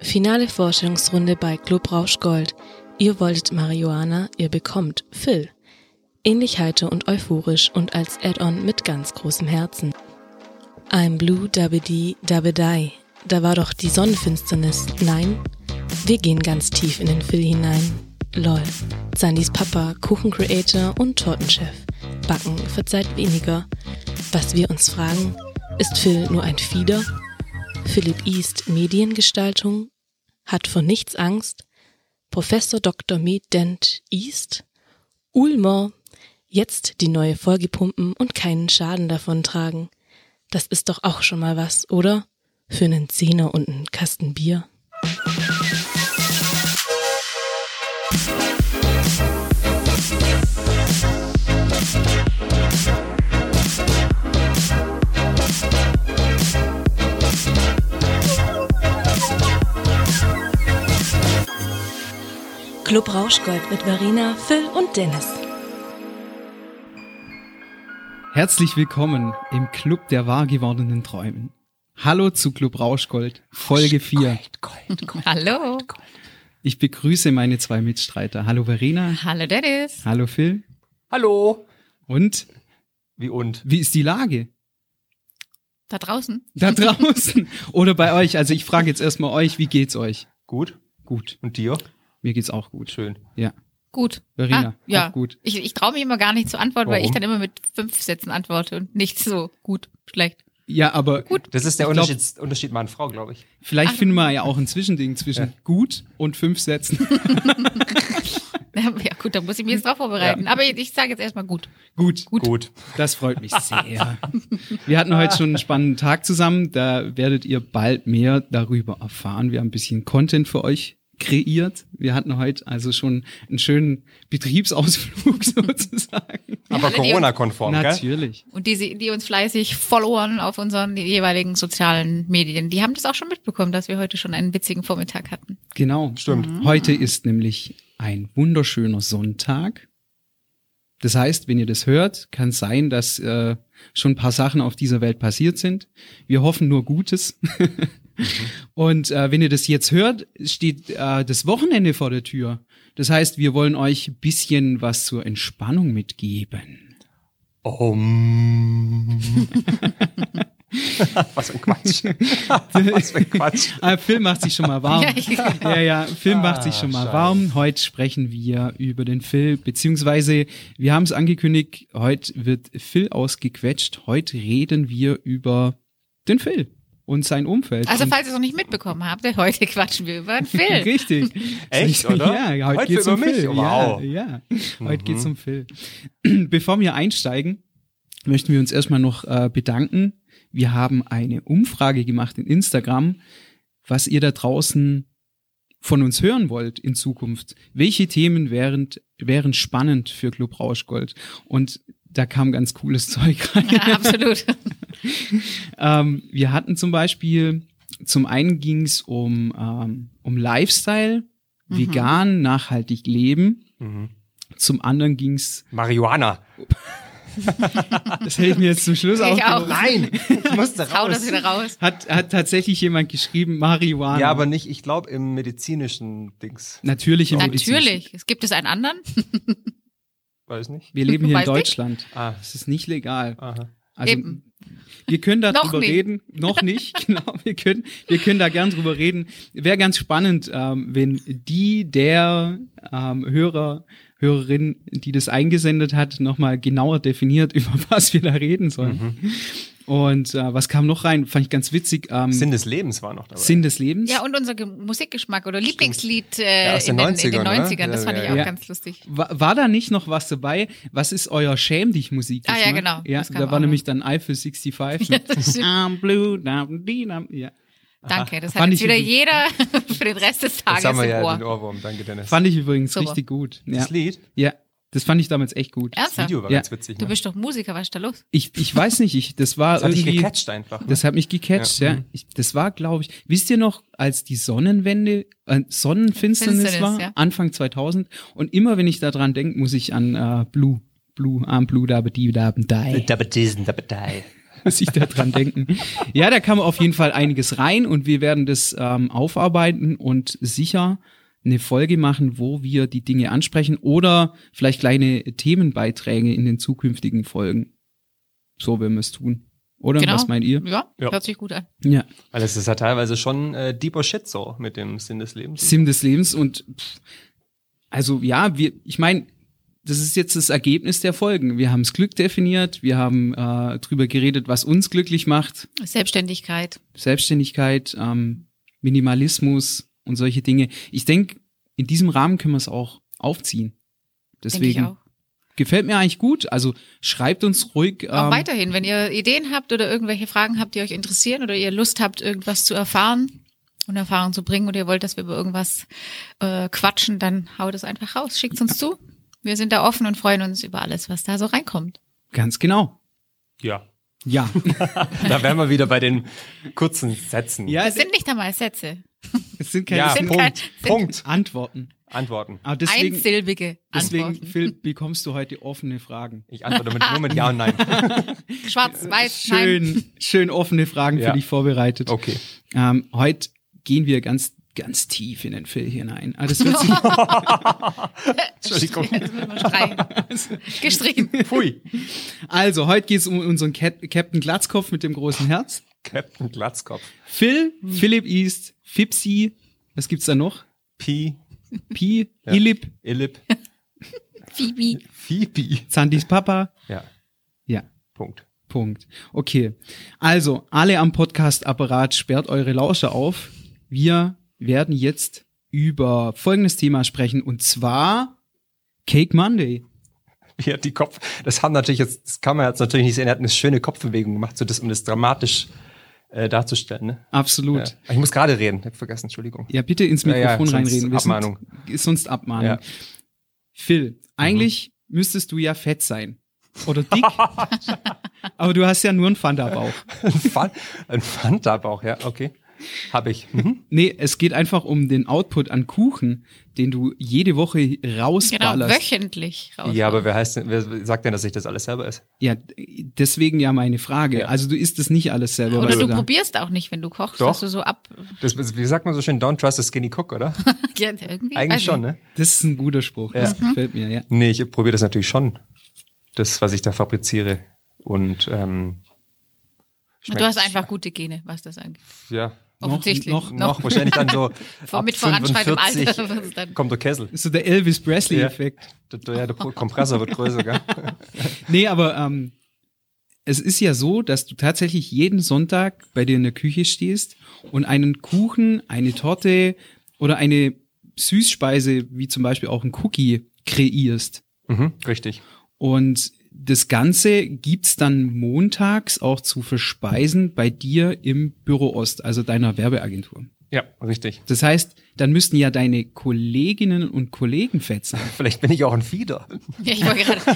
Finale Vorstellungsrunde bei Club Rauschgold. Ihr wolltet Marihuana, ihr bekommt Phil. Ähnlich heiter und euphorisch und als Add-on mit ganz großem Herzen. I'm blue, dabedi, dabedei. Da war doch die Sonnenfinsternis. Nein? Wir gehen ganz tief in den Phil hinein. Lol. Sandys Papa, Kuchencreator und Tortenchef. Backen verzeiht weniger. Was wir uns fragen, ist Phil nur ein Fieder? Philipp East, Mediengestaltung? Hat vor nichts Angst? Professor Dr. Med Dent East? Ulmer? Jetzt die neue Folge pumpen und keinen Schaden davon tragen. Das ist doch auch schon mal was, oder? Für einen Zehner und einen Kasten Bier. Club Rauschgold mit Verena, Phil und Dennis. Herzlich willkommen im Club der wahr gewordenen Träumen. Hallo zu Club Rauschgold, Folge 4. Gold. Hallo. Ich begrüße meine zwei Mitstreiter. Hallo Verena. Hallo Dennis. Hallo Phil. Hallo. Und? Wie ist die Lage? Da draußen? Da draußen. Oder bei euch. Also ich frage jetzt erstmal euch, wie geht's euch? Gut. Gut. Und dir? Mir geht's auch gut. Schön. Ja. Gut. Verena, ja. auch gut. Ich traue mich immer gar nicht zu antworten, weil Warum? ich dann immer mit 5 Sätzen antworte und nicht so gut, schlecht. Ja, aber Gut. Das ist der Ich glaub- Unterschied Mann und Frau, glaube ich. vielleicht finden wir ja auch ein Zwischending zwischen gut und 5 Sätzen. Ja gut, da muss ich mich jetzt drauf vorbereiten. Aber ich sage jetzt erstmal gut. Gut. Gut. Das freut mich sehr. Wir hatten heute schon einen spannenden Tag zusammen. Da werdet ihr bald mehr darüber erfahren. Wir haben ein bisschen Content für euch kreiert. Wir hatten heute also schon einen schönen Betriebsausflug sozusagen. Aber alle, die- Corona-konform, gell? Natürlich. Und die uns fleißig followern auf unseren jeweiligen sozialen Medien, die haben das auch schon mitbekommen, dass wir heute schon einen witzigen Vormittag hatten. Genau. Stimmt. Heute ist nämlich ein wunderschöner Sonntag. Das heißt, wenn ihr das hört, kann es sein, dass schon ein paar Sachen auf dieser Welt passiert sind. Wir hoffen nur Gutes. Und wenn ihr das jetzt hört, steht das Wochenende vor der Tür. Das heißt, wir wollen euch ein bisschen was zur Entspannung mitgeben. Was für ein Quatsch. Was für ein Quatsch. Phil macht sich schon mal warm. Ja, Phil macht sich schon mal scheiße. warm. Heute sprechen wir über den Phil, beziehungsweise wir haben es angekündigt, heute wird Phil ausgequetscht. Heute reden wir über den Phil und sein Umfeld. Also Und falls ihr es noch nicht mitbekommen habt, heute quatschen wir über einen Film. richtig. Echt, oder? Ja, heute Heute geht's über um mich? Phil. Wow. Ja. Heute geht's um Phil. Bevor wir einsteigen, möchten wir uns erstmal noch bedanken. Wir haben eine Umfrage gemacht in Instagram, was ihr da draußen von uns hören wollt in Zukunft. Welche Themen wären spannend für Club Rauschgold? Und da kam ganz cooles Zeug rein. Ja, absolut. Wir hatten zum Beispiel, zum einen ging es um Lifestyle, vegan, nachhaltig leben. Zum anderen ging es, Marihuana. das hätte ich mir jetzt zum Schluss Ich auch. aufgehoben. Nein, ich musste Hau raus. das wieder raus. Hat tatsächlich jemand geschrieben, Marihuana. Ja, aber nicht, ich glaube, im medizinischen Dings. Natürlich im Medizinischen. Natürlich. Es gibt es einen anderen. Weiß nicht. Wir leben hier in Weiß nicht. Deutschland. Ah. Es ist nicht legal. Aha. Also, Eben. wir können Noch darüber nicht. reden. Noch nicht, genau. Wir können da gern drüber reden. Wäre ganz spannend, wenn der Hörerin, die das eingesendet hat, nochmal genauer definiert, über was wir da reden sollen. Und was kam noch rein? Fand ich ganz witzig. Sinn des Lebens war noch dabei. Sinn des Lebens. Ja, und unser Musikgeschmack oder Lieblingslied Ja, aus in den den 90ern, 90ern. oder? Das fand Ja, ich auch ja. ganz lustig. War da nicht noch was dabei? Was ist euer Schäm dich Musik? Ah, ja, genau. Ja, Das kam da auch war noch. nämlich dann Eiffel 65 mit das stimmt. I'm blue, down, dee, down. Ja. Danke, das Fand hat jetzt ich wieder übrigens- jeder für den Rest des Tages Jetzt haben wir im ja Ohr. den Ohrwurm. Danke, Dennis. Fand ich übrigens Super. richtig gut. Ja. das Lied, Ja, das fand ich damals echt gut. das Ernsthaft? Video war Ja. ganz witzig. Du Ne? bist doch Musiker, was ist da los? Ich weiß nicht, das war Das hat dich irgendwie, gecatcht einfach. Ne? das hat mich gecatcht, ja. Das war, glaube ich, wisst ihr noch, als die Sonnenfinsternis Finsternis, war, ja. Anfang 2000, und immer wenn ich da dran denke, muss ich an Blue, I'm Blue, da, die, muss ich da dran denken. Ja, da kam auf jeden Fall einiges rein und wir werden das aufarbeiten und sicher eine Folge machen, wo wir die Dinge ansprechen oder vielleicht kleine Themenbeiträge in den zukünftigen Folgen. So werden wir es tun. Oder? Genau. Was meint ihr? Ja, Ja. hört sich gut an. Ja. Weil es ist ja teilweise schon deeper Shit so mit dem Sinn des Lebens. Sinn des Lebens und also ja, ich meine, das ist jetzt das Ergebnis der Folgen. Wir haben das Glück definiert, wir haben drüber geredet, was uns glücklich macht. Selbstständigkeit. Selbstständigkeit, Minimalismus und solche Dinge. Ich denke, in diesem Rahmen können wir es auch aufziehen. Denke ich Deswegen auch. gefällt mir eigentlich gut. Also schreibt uns ruhig. Auch weiterhin, wenn ihr Ideen habt oder irgendwelche Fragen habt, die euch interessieren oder ihr Lust habt, irgendwas zu erfahren und Erfahrung zu bringen oder ihr wollt, dass wir über irgendwas quatschen, dann haut es einfach raus. Schickt's uns zu. Wir sind da offen und freuen uns über alles, was da so reinkommt. Ganz genau. Ja. Ja. Da wären wir wieder bei den kurzen Sätzen. Ja, Das sind nicht einmal Sätze. es sind keine Ja, sind Punkt. Antworten. Antworten. Aber deswegen, Einsilbige deswegen, Antworten. Phil, bekommst du heute offene Fragen. Ich antworte nur mit Ja und Nein. Schwarz, weiß, nein. Schön offene Fragen für Ja. dich vorbereitet. Okay. Heute gehen wir ganz tief in den Phil hinein. Ah, das wird sich Entschuldigung. Jetzt müssen wir streichen. Gestrichen. Pfui. Also, heute geht es um unseren Captain Glatzkopf mit dem großen Herz. Captain Glatzkopf. Phil, Philipp East, Fipsi, was gibt's da noch? Pi. Ja. Ilip, Illip. Phoebe. Phoebe. Sandys Papa. Ja. Ja, Punkt. Punkt. Okay. Also, alle am Podcast-Apparat, sperrt eure Lauscher auf. Wir werden jetzt über folgendes Thema sprechen und zwar Cake Monday. Ja, das kann man jetzt natürlich nicht sehen, er hat eine schöne Kopfbewegung gemacht, um das dramatisch darzustellen. Ne? Absolut. Ja. Ich muss gerade reden, ich hab vergessen, Entschuldigung. Ja, bitte ins Mikrofon sonst reinreden. Abmahnung. Ist sonst Abmahnung. Ja. Phil, eigentlich müsstest du ja fett sein. Oder dick. Aber du hast ja nur einen Fanta-Bauch. Ein Fanta-Bauch, ja, okay. Hab ich. Nee, es geht einfach um den Output an Kuchen, den du jede Woche Genau, rausballerst. wöchentlich raus. Ja, aber wer sagt denn, dass ich das alles selber esse? Ja, deswegen ja meine Frage. Ja. Also du isst es nicht alles selber. Oder was du da- probierst auch nicht, wenn du kochst, Doch. dass du so Wie sagt man so schön, don't trust a skinny cook, oder? Ja, irgendwie. Eigentlich weiß schon, ich. ne? Das ist ein guter Spruch. Das gefällt mir, ja. Nee, ich probiere das natürlich schon. Das, was ich da fabriziere. Und Du hast einfach gute Gene, was das angeht. ja, Offensichtlich. noch. wahrscheinlich dann so ab Mit voranschreitendem 45 Alter wird es dann. kommt der Kessel. Das ist so der Elvis Presley-Effekt. Der Kompressor wird größer, gell? Nee, aber es ist ja so, dass du tatsächlich jeden Sonntag bei dir in der Küche stehst und einen Kuchen, eine Torte oder eine Süßspeise, wie zum Beispiel auch ein Cookie, kreierst. Richtig. Und das Ganze gibt's dann montags auch zu verspeisen bei dir im Büro Ost, also deiner Werbeagentur. Ja, richtig. Das heißt, dann müssten ja deine Kolleginnen und Kollegen fett sein. Vielleicht bin ich auch ein Fieder. Ja, ich wollte gerade.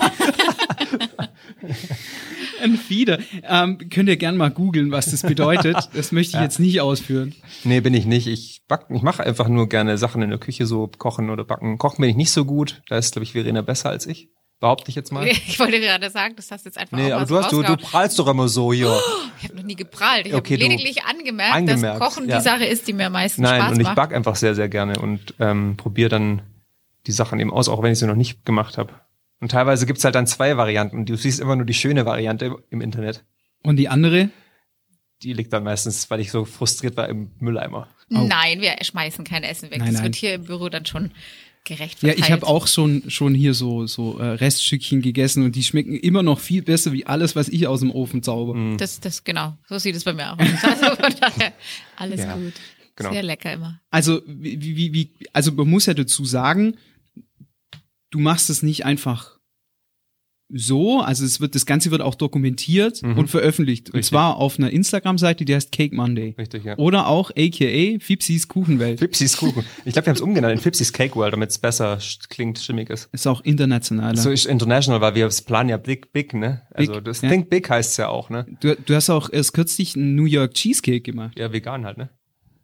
Ein Fieder. Könnt ihr gern mal googeln, was das bedeutet. Das möchte ich jetzt nicht ausführen. Nee, bin ich nicht. Ich mache einfach nur gerne Sachen in der Küche, so kochen oder backen. Kochen bin ich nicht so gut. Da ist, glaube ich, Verena besser als ich. Behaupte ich jetzt mal. Ich wollte gerade sagen, das hast du jetzt einfach Nee, auch aber mal so du prallst doch immer so hier. Ich habe noch nie geprahlt. Ich Okay, habe du- lediglich angemerkt, dass Kochen ja. die Sache ist, die mir am meisten Nein, Spaß und ich macht. back einfach sehr, sehr gerne und probiere dann die Sachen eben aus, auch wenn ich sie noch nicht gemacht habe. Und teilweise gibt's halt dann 2 Varianten und du siehst immer nur die schöne Variante im Internet. Und die andere? Die liegt dann meistens, weil ich so frustriert war, im Mülleimer. Nein, wir schmeißen kein Essen weg. Nein, das nein. wird hier im Büro dann schon gerecht Ja, verteilt. ich habe auch schon hier so Reststückchen gegessen und die schmecken immer noch viel besser wie alles, was ich aus dem Ofen zauber. Das genau. So sieht es bei mir auch aus. Also von daher, alles Ja, gut. genau. Sehr lecker immer. Also also man muss ja dazu sagen, du machst es nicht einfach so, also das Ganze wird auch dokumentiert und veröffentlicht. Und Richtig. zwar auf einer Instagram-Seite, die heißt Cake Monday. Richtig, ja. Oder auch aka Fipsis Kuchenwelt. Fipsis Kuchen. Ich glaube, wir haben es umgenannt in Fipsis Cake World, damit es besser klingt, stimmig ist. Ist auch internationaler. So ist international, weil wir planen ja Big, ne? Also Big, das ja. Think Big heißt es ja auch, ne? Du hast auch erst kürzlich einen New York Cheesecake gemacht. Ja, vegan halt, ne?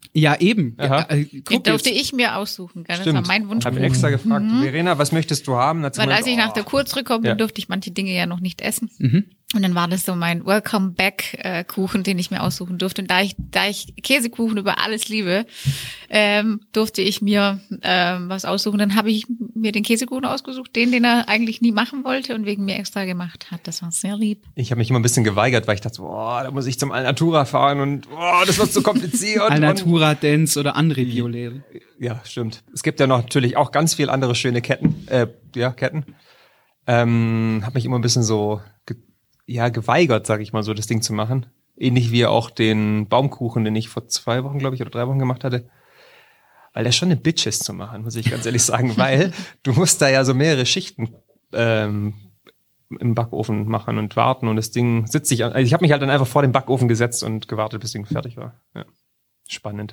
Ja, eben. Aha. Den Guck durfte jetzt. ich mir aussuchen. Gell? Das Stimmt. war mein Wunsch. Hab ihn extra gefragt, Verena, was möchtest du haben? Hat sie Weil gemeint, als ich nach der oh. Kur zurückkomme, Ja. dann durfte ich manche Dinge ja noch nicht essen. Mhm. Und dann war das so mein Welcome-Back-Kuchen, den ich mir aussuchen durfte. Und da ich Käsekuchen über alles liebe, durfte ich mir was aussuchen. Dann habe ich mir den Käsekuchen ausgesucht, den er eigentlich nie machen wollte und wegen mir extra gemacht hat. Das war sehr lieb. Ich habe mich immer ein bisschen geweigert, weil ich dachte, da muss ich zum Alnatura fahren und das wird so kompliziert. Alnatura, Dance oder andere Biolehre. Ja, stimmt. Es gibt ja noch natürlich auch ganz viel andere schöne Ketten. Ketten. Hab mich immer ein bisschen so geweigert, sag ich mal so, das Ding zu machen. Ähnlich wie auch den Baumkuchen, den ich vor 2 Wochen, glaube ich, oder 3 Wochen gemacht hatte. Weil der schon eine Bitch ist zu machen, muss ich ganz ehrlich sagen. Weil du musst da ja so mehrere Schichten im Backofen machen und warten. Und das Ding sitzt sich an. Also ich habe mich halt dann einfach vor den Backofen gesetzt und gewartet, bis das Ding fertig war. Ja. Spannend.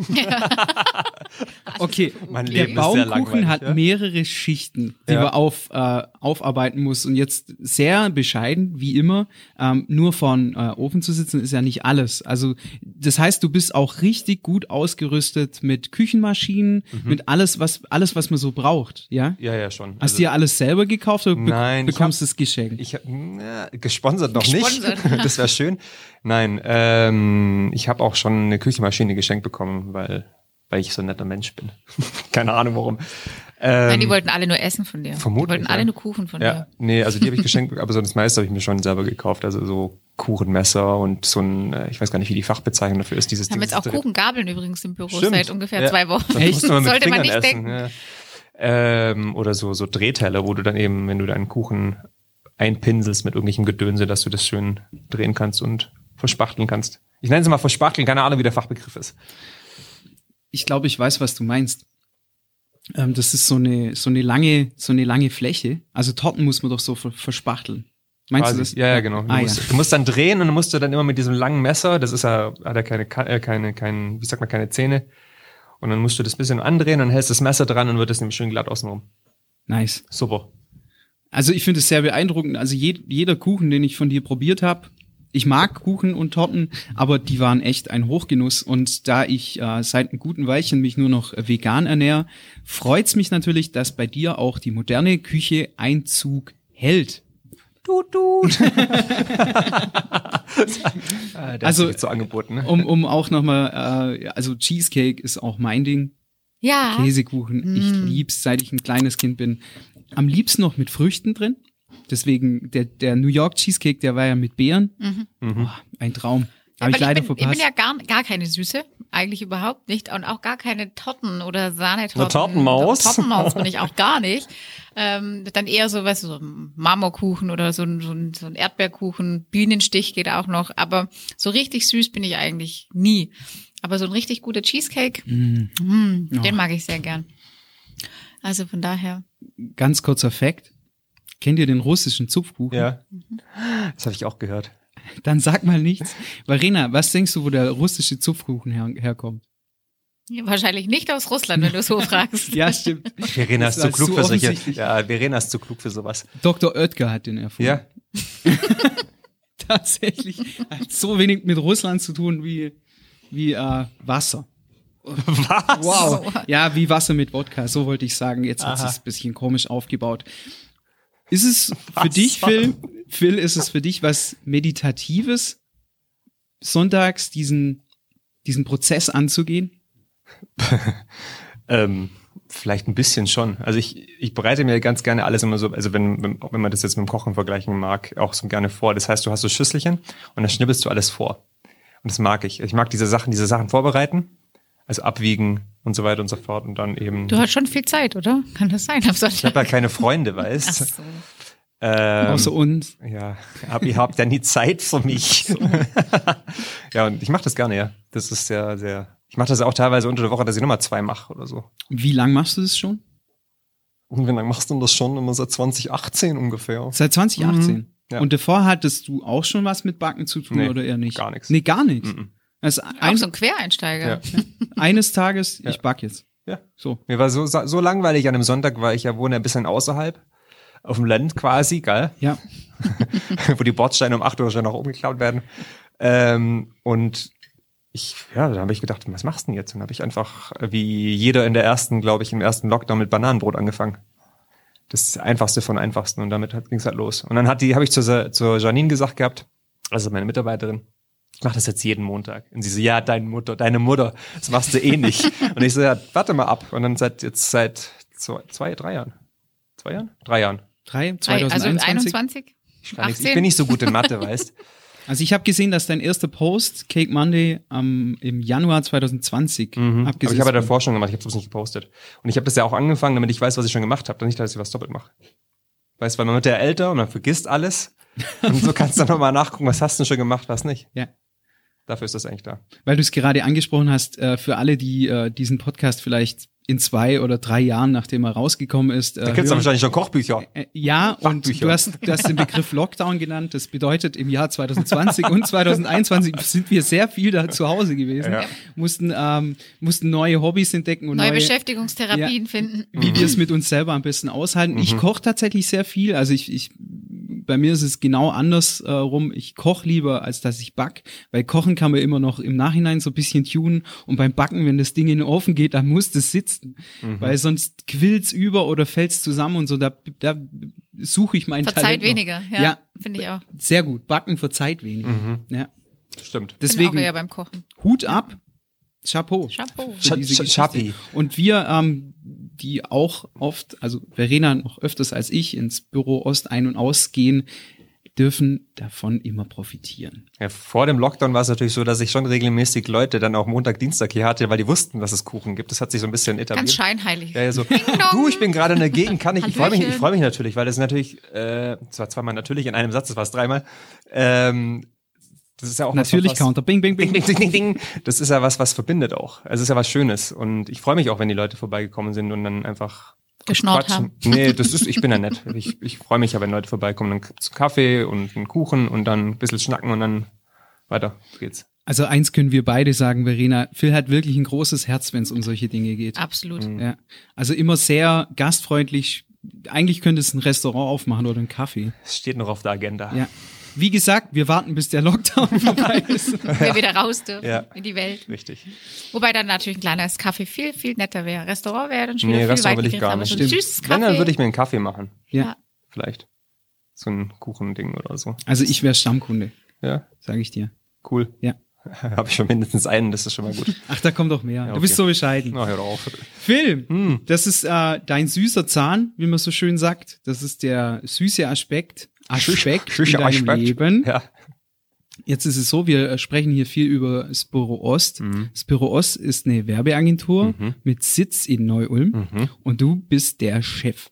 Okay, Mein der Leben ist sehr Baumkuchen langweilig, hat ja? mehrere Schichten, die Ja. man aufarbeiten muss. Und jetzt sehr bescheiden, wie immer, nur von Ofen zu sitzen, ist ja nicht alles. Also das heißt, du bist auch richtig gut ausgerüstet mit Küchenmaschinen, mit alles, was man so braucht, ja? Ja, schon. Hast Also, du dir alles selber gekauft oder Nein, bekommst du es geschenkt? gesponsert noch Gesponsert. nicht. Das wäre schön. Nein, ich habe auch schon eine Küchenmaschine geschenkt bekommen, weil ich so ein netter Mensch bin. Keine Ahnung warum. Nein, die wollten alle nur essen von dir. Vermutlich, Die wollten alle ja. nur Kuchen von Ja, dir. nee, also die habe ich geschenkt, aber so das meiste habe ich mir schon selber gekauft. Also so Kuchenmesser und so ein, ich weiß gar nicht, wie die Fachbezeichnung dafür ist. Dieses Wir haben Ding, jetzt auch das- Kuchengabeln übrigens im Büro Stimmt. seit ungefähr Ja. 2 Wochen. Das musst du mal mit Sollte man Fingern nicht essen, denken. ja. Oder so Drehteller, wo du dann eben, wenn du deinen Kuchen einpinselst mit irgendwelchem Gedönse, dass du das schön drehen kannst und verspachteln kannst. Ich nenne es mal verspachteln, keine Ahnung, wie der Fachbegriff ist. Ich glaube, ich weiß, was du meinst. Das ist so eine lange Fläche. Also Torten muss man doch so verspachteln. Meinst Quasi. du das? Ja, genau. Du musst dann drehen und dann musst du dann immer mit diesem langen Messer, das ist ja, hat ja keine Zähne. Und dann musst du das bisschen andrehen und hältst das Messer dran und wird das nämlich schön glatt außenrum. Nice. Super. Also ich finde es sehr beeindruckend. Also jeder Kuchen, den ich von dir probiert habe, ich mag Kuchen und Torten, aber die waren echt ein Hochgenuss. Und da ich seit einem guten Weilchen mich nur noch vegan ernähre, freut's mich natürlich, dass bei dir auch die moderne Küche Einzug hält. Das Also, ist so angeboten, ne? Um auch nochmal, also Cheesecake ist auch mein Ding. Ja. Käsekuchen, ich lieb's, seit ich ein kleines Kind bin. Am liebsten noch mit Früchten drin. Deswegen, der New York Cheesecake, der war ja mit Beeren. Oh, ein Traum. Habe ich Weil leider ich verpasst. bin ja gar keine Süße, eigentlich überhaupt nicht. Und auch gar keine Torten oder Sahnetorten. Eine Tortenmaus? Tortenmaus bin ich auch gar nicht. Dann eher so, weißt du, so ein Marmorkuchen oder so ein Erdbeerkuchen. Bienenstich geht auch noch. Aber so richtig süß bin ich eigentlich nie. Aber so ein richtig guter Cheesecake, den mag ich sehr gern. Also von daher. Ganz kurzer Fact. Kennt ihr den russischen Zupfkuchen? Ja. Das habe ich auch gehört. Dann sag mal nichts. Verena, was denkst du, wo der russische Zupfkuchen herkommt? Wahrscheinlich nicht aus Russland, wenn du so fragst. Ja, stimmt. Verena ist Das zu war klug zu für solche. offensichtlich. Ja, Verena ist zu klug für sowas. Dr. Oetker hat den erfunden. Ja. Tatsächlich. Hat so wenig mit Russland zu tun wie Wasser. Was? Wow. Ja, wie Wasser mit Wodka, so wollte ich sagen. Jetzt hat es ein bisschen komisch aufgebaut. Ist es für dich, Phil, ist es für dich was Meditatives, sonntags diesen Prozess anzugehen? Vielleicht ein bisschen schon. Also ich bereite mir ganz gerne alles immer so, also wenn man das jetzt mit dem Kochen vergleichen mag, auch so gerne vor. Das heißt, du hast so Schüsselchen und dann schnibbelst du alles vor. Und das mag ich. Ich mag diese Sachen vorbereiten, also abwiegen und so weiter und so fort und dann eben. Du hast schon viel Zeit, oder? Kann das sein? Ich habe ja keine Freunde, weißt. Ach so. Außer uns. Ja, aber ihr habt ja nie Zeit für mich. Ja, und ich mache das gerne, ja. Das ist sehr, sehr. Ich mache das auch teilweise unter der Woche, dass ich nochmal 2 mache oder so. Wie lang machst du das schon? Und wie lange machst du das schon? Immer seit 2018 ungefähr. Seit 2018. Ja. Und davor hattest du auch schon was mit Backen zu tun Nee, oder eher nicht? gar nichts. Nee, gar nichts. Mhm. Also Auch so ein Quereinsteiger. Ja. eines Tages, ich back jetzt. Ja. So. Mir war so langweilig an einem Sonntag, weil ich ja wohne ein bisschen außerhalb. Auf dem Land quasi, geil. Ja. Wo die Bordsteine um 8 Uhr schon noch umgeklaut werden. Und da habe ich gedacht, was machst du denn jetzt? Und habe ich einfach, wie jeder im ersten Lockdown mit Bananenbrot angefangen. Das Einfachste von Einfachsten und damit ging es halt los. Und dann habe ich zur Janine gesagt gehabt, also meine Mitarbeiterin, ich mache das jetzt jeden Montag. Und sie so, ja, deine Mutter, das machst du eh nicht. Und ich so, ja, warte mal ab. Und dann seit 3 Jahren. 2021? Also 21? Ich bin nicht so gut in Mathe, weißt. Also ich habe gesehen, dass dein erster Post, Cake Monday, im Januar 2020 Aber abgesetzt ich habe ja wurde. davor schon gemacht, ich habe es nicht gepostet. Und ich habe das ja auch angefangen, damit ich weiß, was ich schon gemacht habe, dann nicht, dass ich was doppelt mache. Weißt du, weil man wird ja älter und man vergisst alles. Und so kannst du dann nochmal nachgucken, was hast du denn schon gemacht, was nicht. Ja. Dafür ist das eigentlich da. Weil du es gerade angesprochen hast, für alle, die diesen Podcast vielleicht in 2 oder 3 Jahren, nachdem er rausgekommen ist, Da kennst du wahrscheinlich schon Kochbücher. ja, und Fachbücher. du hast den Begriff Lockdown genannt. Das bedeutet, im Jahr 2020 und 2021 sind wir sehr viel da zu Hause gewesen, Ja. mussten neue Hobbys entdecken und Neue Beschäftigungstherapien Ja. finden. wie wir es mit uns selber am besten aushalten. Ich koche tatsächlich sehr viel. Also bei mir ist es genau andersrum. Ich koche lieber, als dass ich back, weil Kochen kann man immer noch im Nachhinein so ein bisschen tunen und beim Backen, wenn das Ding in den Ofen geht, dann muss das sitzen, weil sonst quillt's über oder fällt's zusammen und so. Da suche ich mein Verzeiht Talent noch. weniger, Ja, finde ich auch. sehr gut. Backen verzeiht weniger. Ja. Stimmt. Deswegen Bin auch eher beim Kochen. Hut ab, Chapeau. Chapeau. für diese Geschichte. Chapi. Und wir, die auch oft, also Verena noch öfters als ich, ins Büro Ost ein- und ausgehen, dürfen davon immer profitieren. Ja, vor dem Lockdown war es natürlich so, dass ich schon regelmäßig Leute dann auch Montag, Dienstag hier hatte, weil die wussten, dass es Kuchen gibt. Das hat sich so ein bisschen etabliert. Ganz scheinheilig. Ja, so, du, ich bin gerade in der Gegend, kann ich freue Hallöchen. mich natürlich, weil das natürlich, das war zweimal natürlich in einem Satz, das war es 3-mal, das ist ja auch Natürlich was, Counter, bing, bing, bing. Ding, ding, ding, ding. Das ist ja was verbindet auch. Also es ist ja was Schönes und ich freue mich auch, wenn die Leute vorbeigekommen sind und dann einfach Geschnort quatschen. haben. Nee, ich bin ja nett. Ich freue mich ja, wenn Leute vorbeikommen, dann gibt's Kaffee und einen Kuchen und dann ein bisschen schnacken und dann weiter geht's. Also eins können wir beide sagen, Verena, Phil hat wirklich ein großes Herz, wenn es um solche Dinge geht. Absolut. Ja. Also immer sehr gastfreundlich. Eigentlich könnte es ein Restaurant aufmachen oder ein Kaffee. Es steht noch auf der Agenda. Ja. Wie gesagt, wir warten, bis der Lockdown vorbei ist. Wir wieder raus dürfen Ja. in die Welt. Richtig. Wobei dann natürlich ein kleines Kaffee viel, viel netter wäre. Restaurant wäre dann schon wieder Nee, viel Restaurant will ich weiter gar aber nicht. so ein Stimmt. süßes Wenn, Kaffee. dann würde ich mir einen Kaffee machen. Ja. Vielleicht. So ein Kuchending oder so. Also ich wäre Stammkunde, Ja, sage ich dir. cool. Ja. Habe ich schon mindestens einen, das ist schon mal gut. Ach, da kommt doch mehr. Ja, Du bist okay. so bescheiden. Na, hör doch auf. Phil, das ist dein süßer Zahn, wie man so schön sagt. Das ist der süße Aspekt in deinem Leben. Ja. Jetzt ist es so, wir sprechen hier viel über das Büro Ost. Das Büro Ost ist eine Werbeagentur mit Sitz in Neu-Ulm und du bist der Chef.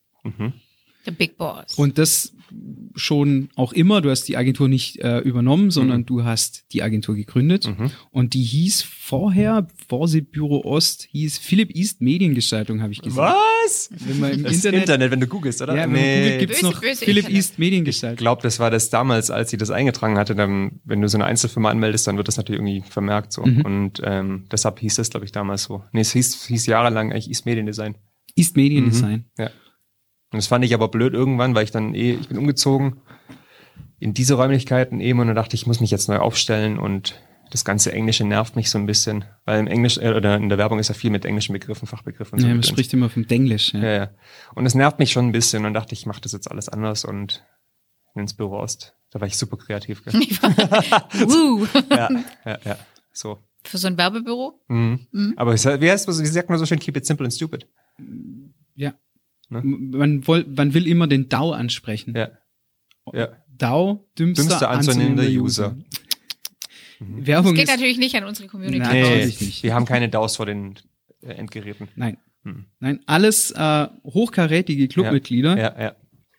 The Big Boss. Und das schon auch immer, du hast die Agentur nicht übernommen, sondern du hast die Agentur gegründet und die hieß vorher, bevor sie Büro Ost hieß, Philipp East Mediengestaltung, habe ich gesehen. Was? Wenn man im Das Internet, wenn du googelst, oder? ja, wenn man googelt, gibt's Böse, noch böse Philipp Internet. East Ich Mediengestaltung. glaube, das war das damals, als sie das eingetragen hatte. Dann, wenn du so eine Einzelfirma anmeldest, dann wird das natürlich irgendwie vermerkt so. Und deshalb hieß das, glaube ich, damals so. Nee, es hieß jahrelang eigentlich East Mediendesign. East Mediendesign. Ja. Und das fand ich aber blöd irgendwann, weil ich bin umgezogen in diese Räumlichkeiten eben und dann dachte ich, muss mich jetzt neu aufstellen und das ganze Englische nervt mich so ein bisschen, weil im Englisch oder in der Werbung ist ja viel mit englischen Begriffen, Fachbegriffen und so. Ja, man Gedöns. spricht immer vom Denglisch. Ja. Ja, ja. Und es nervt mich schon ein bisschen und dann dachte ich, mache das jetzt alles anders und ins Büro Ost. Da war ich super kreativ. Gell? Woo. Ja. So. Für so ein Werbebüro? Aber wie sagt man so schön, keep it simple and stupid. Ja. Ne? Man will immer den DAO ansprechen. Ja. Ja. DAO, dümmster anzunehmender User. Werbung Das geht ist, natürlich nicht an unsere Community. Nein. Nee, Natürlich nicht. wir haben keine DAOs vor den Endgeräten. nein. Nein, alles hochkarätige Clubmitglieder. Ja.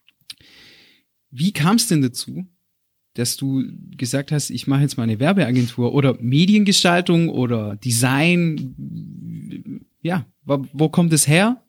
Wie kam es denn dazu, dass du gesagt hast, ich mache jetzt mal eine Werbeagentur oder Mediengestaltung oder Design? Ja, wo kommt es her?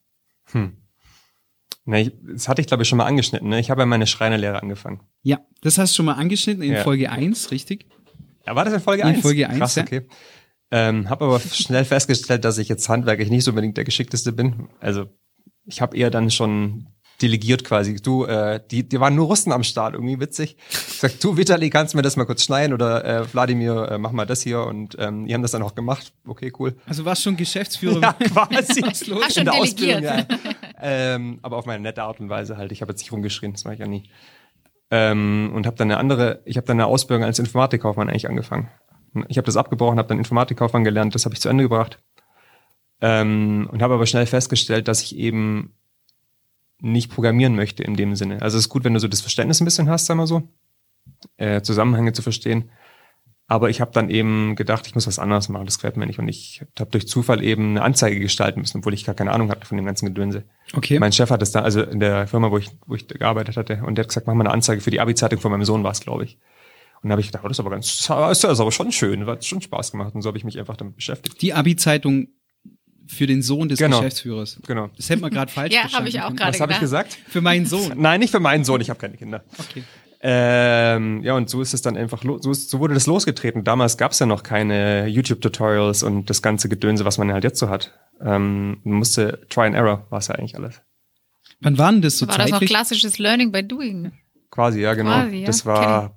Das hatte ich, glaube ich, schon mal angeschnitten. Ne? Ich habe ja meine Schreinerlehre angefangen. Ja, das hast du schon mal angeschnitten in Ja. Folge 1, richtig? Ja, war das in Folge 1? In Folge 1, Krass, ja. okay. Habe aber schnell festgestellt, dass ich jetzt handwerklich nicht so unbedingt der Geschickteste bin. Also ich habe eher dann schon delegiert quasi. Du, die waren nur Russen am Start, irgendwie witzig. Ich sag, du Vitali, kannst du mir das mal kurz schneiden oder Wladimir, mach mal das hier und die haben das dann auch gemacht. Okay, cool. Also warst schon Geschäftsführer. Ja, quasi. Hast schon In der delegiert. Ausbildung, ja. Aber auf meine nette Art und Weise halt. Ich habe jetzt nicht rumgeschrien, das mache ich ja nie. Und habe dann eine Ausbildung als Informatikkaufmann eigentlich angefangen. Ich habe das abgebrochen, habe dann Informatikkaufmann gelernt, das habe ich zu Ende gebracht. Und habe aber schnell festgestellt, dass ich eben nicht programmieren möchte in dem Sinne. Also es ist gut, wenn du so das Verständnis ein bisschen hast, sagen wir so, Zusammenhänge zu verstehen. Aber ich habe dann eben gedacht, ich muss was anderes machen, das gefällt mir nicht. Und ich habe durch Zufall eben eine Anzeige gestalten müssen, obwohl ich gar keine Ahnung hatte von dem ganzen Gedönse. Okay. Mein Chef hat es da, also in der Firma, wo ich gearbeitet hatte, und der hat gesagt, mach mal eine Anzeige für die Abi-Zeitung von meinem Sohn, war es, glaube ich. Und da habe ich gedacht, das ist aber schon schön, hat schon Spaß gemacht. Und so habe ich mich einfach damit beschäftigt. Die Abi-Zeitung für den Sohn des Geschäftsführers. Genau. Das hätte man gerade falsch verstanden. Ja, habe ich auch gerade Was habe ich gesagt? Für meinen Sohn. Nein, nicht für meinen Sohn, ich habe keine Kinder. Okay. Ja, und so ist es dann einfach, so wurde das losgetreten. Damals gab es ja noch keine YouTube-Tutorials und das ganze Gedönse, was man halt jetzt so hat. Man musste Try and Error, war es ja eigentlich alles. Wann war denn das so War das noch zeitlich? klassisches Learning by Doing? Quasi, ja, genau. Quasi, ja. Das war,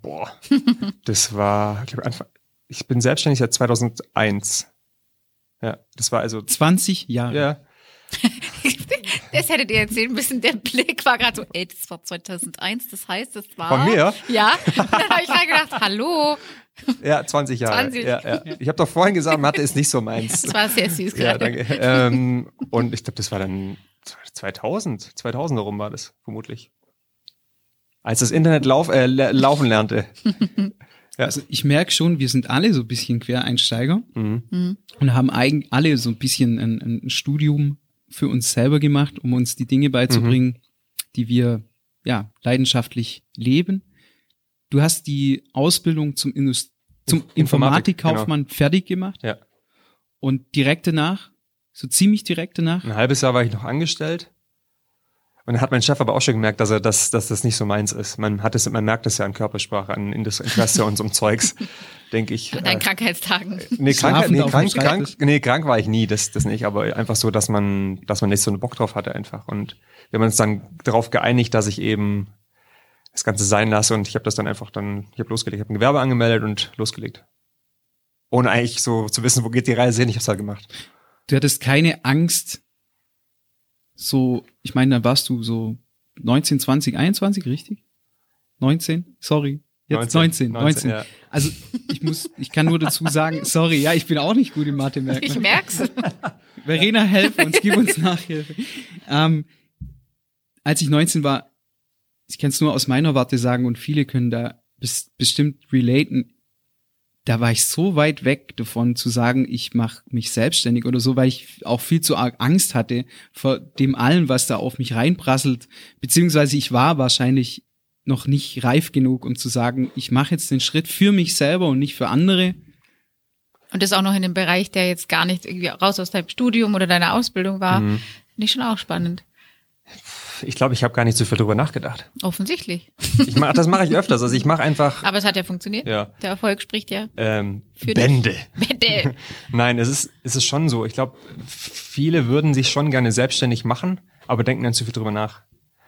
ich glaube, ich bin selbstständig seit 2001. Ja, das war also, 20 Jahre. ja. Das hättet ihr erzählen müssen. Der Blick war gerade so, das war 2001, das heißt, das war... Von mir? Ja. Und dann habe ich gerade gedacht, hallo. Ja, 20 Jahre. 20. Ja. Ich habe doch vorhin gesagt, Mathe ist nicht so meins. Das war sehr süß Ja, gerade. danke. Und ich glaube, das war dann 2000 herum war das, vermutlich. Als das Internet laufen lernte. Also ich merke schon, wir sind alle so ein bisschen Quereinsteiger Mhm. und haben alle so ein bisschen ein Studium für uns selber gemacht, um uns die Dinge beizubringen, die wir ja leidenschaftlich leben. Du hast die Ausbildung zum Informatikkaufmann fertig gemacht Ja. und ziemlich direkt danach, Ein halbes Jahr war ich noch angestellt. Und dann hat mein Chef aber auch schon gemerkt, dass das nicht so meins ist. Man merkt es ja an Körpersprache, an Interesse und so einem Zeugs, denke ich. An deinen Krankheitstagen. Krank war ich nie, das nicht, aber einfach so, dass man nicht so einen Bock drauf hatte einfach. Und wir haben uns dann darauf geeinigt, dass ich eben das Ganze sein lasse und ich habe losgelegt. Ich habe ein Gewerbe angemeldet und losgelegt. Ohne eigentlich so zu wissen, wo geht die Reise hin, ich habe es halt gemacht. du hattest keine Angst, ich meine, dann warst du so 19, 20, 21, richtig? 19? Sorry. Jetzt 19. Ja. Also ich kann nur dazu sagen, sorry, ja, ich bin auch nicht gut in Mathe, merkt Ich man. merk's. Verena, helf uns, gib uns Nachhilfe. Als ich 19 war, ich kann es nur aus meiner Warte sagen und viele können da bestimmt relaten, da war ich so weit weg davon zu sagen, ich mache mich selbstständig oder so, weil ich auch viel zu arg Angst hatte vor dem allen, was da auf mich reinprasselt, beziehungsweise ich war wahrscheinlich noch nicht reif genug, um zu sagen, ich mache jetzt den Schritt für mich selber und nicht für andere. Und das auch noch in dem Bereich, der jetzt gar nicht irgendwie raus aus deinem Studium oder deiner Ausbildung war. Finde ich schon auch spannend. Ich glaube, ich habe gar nicht so viel drüber nachgedacht. Offensichtlich. Das mache ich öfters. Also ich mache einfach Aber es hat ja funktioniert. Ja. Der Erfolg spricht ja. Für Bände. Bitte. Nein, es ist schon so. Ich glaube, viele würden sich schon gerne selbstständig machen, aber denken dann zu viel drüber nach.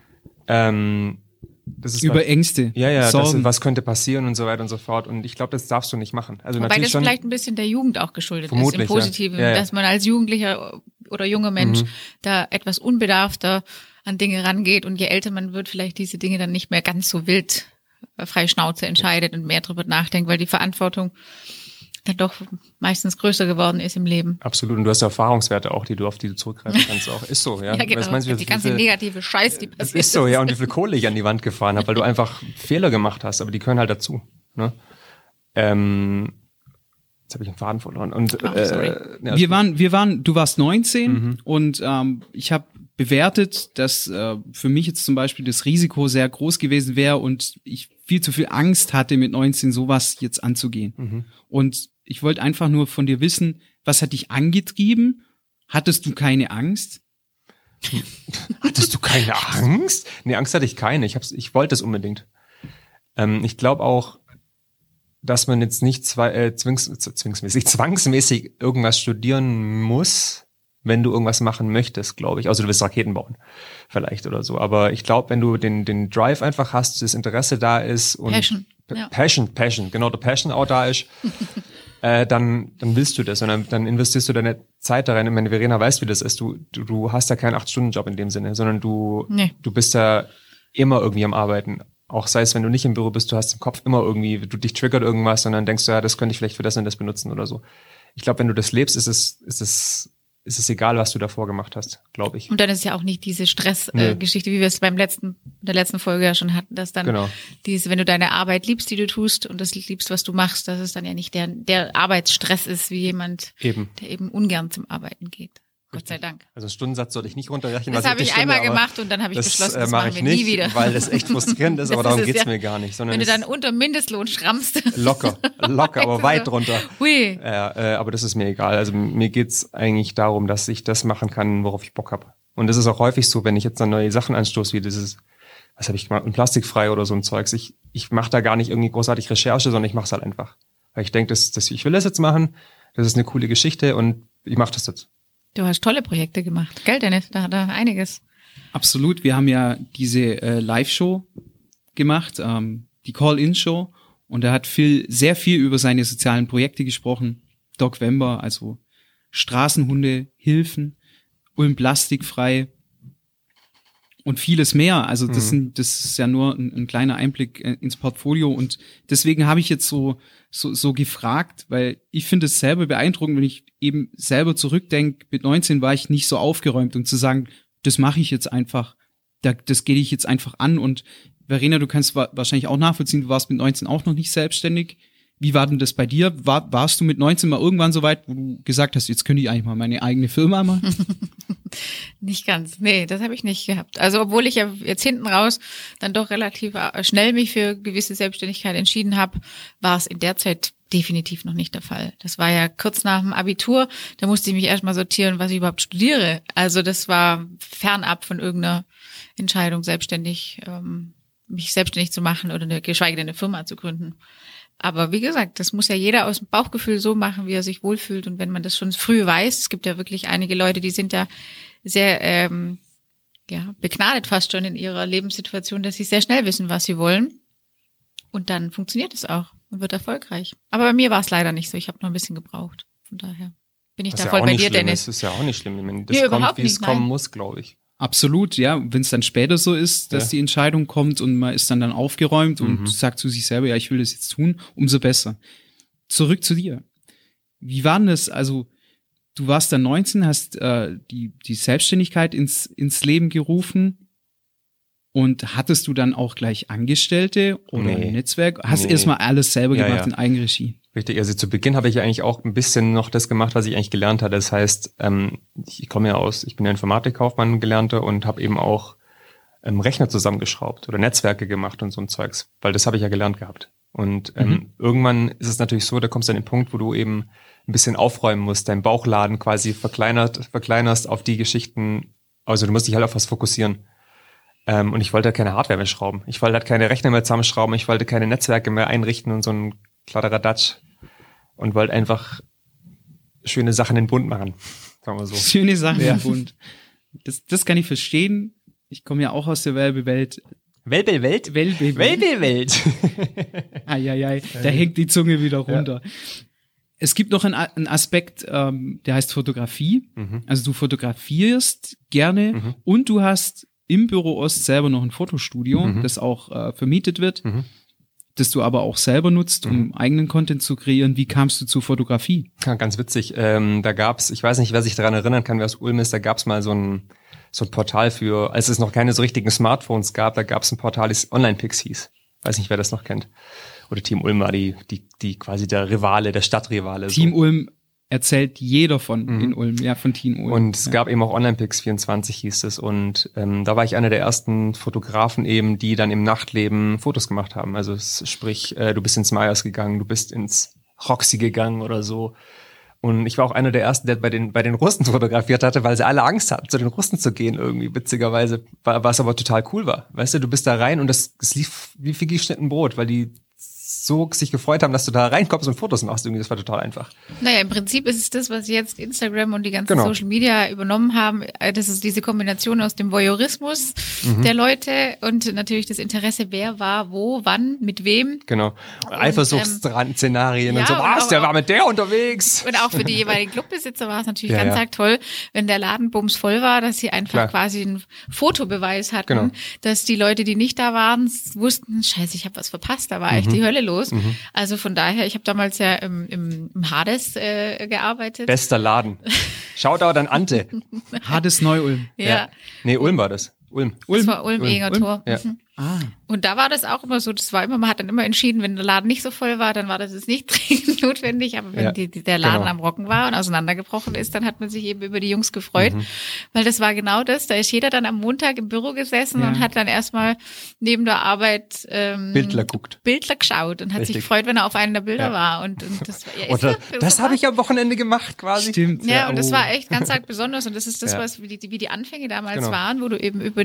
Das ist Über Ängste, Sorgen. was könnte passieren und so weiter und so fort. Und ich glaube, das darfst du nicht machen. Also Wobei natürlich das schon, vielleicht ein bisschen der Jugend auch geschuldet ist, Vermutlich, im Positiven, ja. Ja, ja. dass man als Jugendlicher oder junger Mensch da etwas unbedarfter an Dinge rangeht und je älter man wird, vielleicht diese Dinge dann nicht mehr ganz so wild frei Schnauze entscheidet und mehr drüber nachdenkt, weil die Verantwortung dann doch meistens größer geworden ist im Leben. Absolut. Und du hast ja Erfahrungswerte auch, auf die du zurückgreifen kannst auch. Ist so, ja. Ja, genau. Was meinst du, Die ganze negative Scheiß, die das passiert ist so, ja. Und wie viel Kohle ich an die Wand gefahren habe, weil du einfach Fehler gemacht hast, aber die gehören halt dazu. Ne? Jetzt habe ich den Faden verloren. Und sorry. Du warst 19 und ich habe bewertet, dass für mich jetzt zum Beispiel das Risiko sehr groß gewesen wäre und ich viel zu viel Angst hatte, mit 19 sowas jetzt anzugehen. Und ich wollte einfach nur von dir wissen, was hat dich angetrieben? Hattest du keine Angst? Hattest du keine Angst? Nee, Angst hatte ich keine. Ich wollte es unbedingt. Ich glaube auch, dass man jetzt nicht zwangsmäßig irgendwas studieren muss, wenn du irgendwas machen möchtest, glaube ich. Also du willst Raketen bauen, vielleicht oder so. Aber ich glaube, wenn du den Drive einfach hast, das Interesse da ist und Passion, genau, der Passion auch da ist, dann willst du das und dann investierst du deine Zeit da rein. Ich meine, Verena weiß, wie das ist. Du hast ja keinen 8-Stunden-Job in dem Sinne, sondern du bist da immer irgendwie am Arbeiten. Auch sei es, wenn du nicht im Büro bist, du hast im Kopf immer irgendwie, du dich triggert irgendwas und dann denkst du, ja, das könnte ich vielleicht für das und das benutzen oder so. Ich glaube, wenn du das lebst, ist es egal, was du davor gemacht hast, glaube ich. Und dann ist ja auch nicht diese Stressgeschichte, wie wir es der letzten Folge ja schon hatten, dass dann wenn du deine Arbeit liebst, die du tust und das liebst, was du machst, dass es dann ja nicht der Arbeitsstress ist, wie jemand, der eben ungern zum Arbeiten geht. Gott sei Dank. Also einen Stundensatz sollte ich nicht runterrechnen. Das habe ich einmal gemacht und dann habe ich beschlossen, das machen wir nie wieder. Weil das echt frustrierend ist, aber darum geht's mir gar nicht. Sondern wenn du dann unter Mindestlohn schrammst. Locker, aber weit drunter. Hui. Aber das ist mir egal. Also mir geht's eigentlich darum, dass ich das machen kann, worauf ich Bock habe. Und das ist auch häufig so, wenn ich jetzt dann neue Sachen anstoße, wie dieses, was habe ich gemacht, ein Plastikfrei oder so ein Zeugs. Ich mache da gar nicht irgendwie großartig Recherche, sondern ich mache es halt einfach. Weil ich denke, ich will das jetzt machen, das ist eine coole Geschichte und ich mache das jetzt. Du hast tolle Projekte gemacht, gell, Dennis? Da hat er einiges. Absolut. Wir haben ja diese Live-Show gemacht, die Call-In-Show. Und er hat sehr viel über seine sozialen Projekte gesprochen. Doc Wember, also Straßenhunde, Hilfen, Ulm plastikfrei und vieles mehr. Also das ist ja nur ein kleiner Einblick ins Portfolio. Und deswegen habe ich jetzt so gefragt, weil ich finde es selber beeindruckend, wenn ich eben selber zurückdenke, mit 19 war ich nicht so aufgeräumt und zu sagen, das mache ich jetzt einfach, das gehe ich jetzt einfach an. Und Verena, du kannst wahrscheinlich auch nachvollziehen, du warst mit 19 auch noch nicht selbstständig. Wie war denn das bei dir? Warst du mit 19 mal irgendwann so weit, wo du gesagt hast, jetzt könnte ich eigentlich mal meine eigene Firma machen? Nicht ganz. Nee, das habe ich nicht gehabt. Also obwohl ich ja jetzt hinten raus dann doch relativ schnell mich für gewisse Selbstständigkeit entschieden habe, war es in der Zeit definitiv noch nicht der Fall. Das war ja kurz nach dem Abitur, da musste ich mich erstmal sortieren, was ich überhaupt studiere. Also das war fernab von irgendeiner Entscheidung, mich selbstständig zu machen oder geschweige denn eine Firma zu gründen. Aber wie gesagt, das muss ja jeder aus dem Bauchgefühl so machen, wie er sich wohlfühlt. Und wenn man das schon früh weiß, es gibt ja wirklich einige Leute, die sind ja sehr begnadet fast schon in ihrer Lebenssituation, dass sie sehr schnell wissen, was sie wollen. Und dann funktioniert es auch und wird erfolgreich. Aber bei mir war es leider nicht so. Ich habe noch ein bisschen gebraucht. Von daher bin ich da voll bei dir, Dennis. Das ist ja auch nicht schlimm. Wenn das kommt, wie es kommen muss, glaube ich. Absolut, ja. Wenn es dann später so ist, dass die Entscheidung kommt und man ist dann aufgeräumt und sagt zu sich selber, ja, ich will das jetzt tun, umso besser. Zurück zu dir. Wie war denn das? Also, du warst dann 19, hast die Selbstständigkeit ins Leben gerufen und hattest du dann auch gleich Angestellte oder ein Netzwerk? Hast erstmal alles selber gemacht in Eigenregie? Richtig, also zu Beginn habe ich ja eigentlich auch ein bisschen noch das gemacht, was ich eigentlich gelernt hatte. Das heißt, ich bin ja Informatikkaufmann Gelernter und habe eben auch Rechner zusammengeschraubt oder Netzwerke gemacht und so ein Zeugs, weil das habe ich ja gelernt gehabt. Und irgendwann ist es natürlich so, da kommst du an den Punkt, wo du eben ein bisschen aufräumen musst, deinen Bauchladen quasi verkleinerst auf die Geschichten, also du musst dich halt auf was fokussieren. Und ich wollte halt keine Hardware mehr schrauben. Ich wollte halt keine Rechner mehr zusammenschrauben, ich wollte keine Netzwerke mehr einrichten und so ein Kladderadatsch und wollte einfach schöne Sachen in bunt machen, sagen wir so. Schöne Sachen in bunt. Das kann ich verstehen. Ich komme ja auch aus der Werbewelt. Welt? Eieiei, da hängt die Zunge wieder runter. Ja. Es gibt noch einen Aspekt, der heißt Fotografie. Also du fotografierst gerne und du hast im Büro Ost selber noch ein Fotostudio, das auch vermietet wird. Das du aber auch selber nutzt, um eigenen Content zu kreieren. Wie kamst du zur Fotografie? Ja, ganz witzig. Da gab's, ich weiß nicht, wer sich daran erinnern kann, wer aus Ulm ist, da gab's mal so ein Portal für, als es noch keine so richtigen Smartphones gab, da gab's ein Portal, das Online-Pix hieß. Weiß nicht, wer das noch kennt. Oder Team Ulm war die quasi der Rivale, der Stadtrivale. Team Ulm erzählt jeder von in Ulm, ja, von Team Ulm. Und es gab eben auch Online-Pix24 hieß es und da war ich einer der ersten Fotografen eben, die dann im Nachtleben Fotos gemacht haben. Also sprich, du bist ins Meyers gegangen, du bist ins Roxy gegangen oder so. Und ich war auch einer der ersten, der bei den Russen fotografiert hatte, weil sie alle Angst hatten, zu den Russen zu gehen irgendwie, witzigerweise, was aber total cool war. Weißt du, du bist da rein und es lief wie geschnitten Brot, weil die so sich gefreut haben, dass du da reinkommst und Fotos machst. Irgendwie, das war total einfach. Naja, im Prinzip ist es das, was jetzt Instagram und die ganzen Genau. Social Media übernommen haben. Das ist diese Kombination aus dem Voyeurismus der Leute und natürlich das Interesse, wer war, wo, wann, mit wem. Genau. Eifersuchtsszenarien und so. ja, Was, und der auch- war mit der unterwegs. Und auch für die jeweiligen Clubbesitzer war es natürlich Ja, ganz ja. arg toll, wenn der Laden bumsvoll war, dass sie einfach Klar. quasi einen Fotobeweis hatten, Genau. dass die Leute, die nicht da waren, wussten, scheiße, ich habe was verpasst, da war echt die Hölle los. Also von daher, ich habe damals ja im Hades gearbeitet. Bester Laden. Shoutout an Ante. Hades Neu-Ulm. Ja. Nee, Ulm war das. Ulm. Das war Ulm-Eger Tor. Ja. Mhm. Ah, Und da war das auch immer so, man hat dann immer entschieden, wenn der Laden nicht so voll war, dann war das jetzt nicht dringend notwendig, aber wenn Ja, der Laden genau. am Rocken war und auseinandergebrochen ist, dann hat man sich eben über die Jungs gefreut, weil das war genau das, da ist jeder dann am Montag im Büro gesessen Ja. und hat dann erstmal neben der Arbeit Bildler guckt. Bildler geschaut und hat sich Richtig. gefreut, wenn er auf einen der Bilder Ja. war und das war, ja, ist Oder, so- das so habe war- ich am Wochenende gemacht quasi. stimmt. ja, und das oh. war echt ganz arg besonders und das ist das, Ja. was wie die Anfänge damals Genau. waren, wo du eben über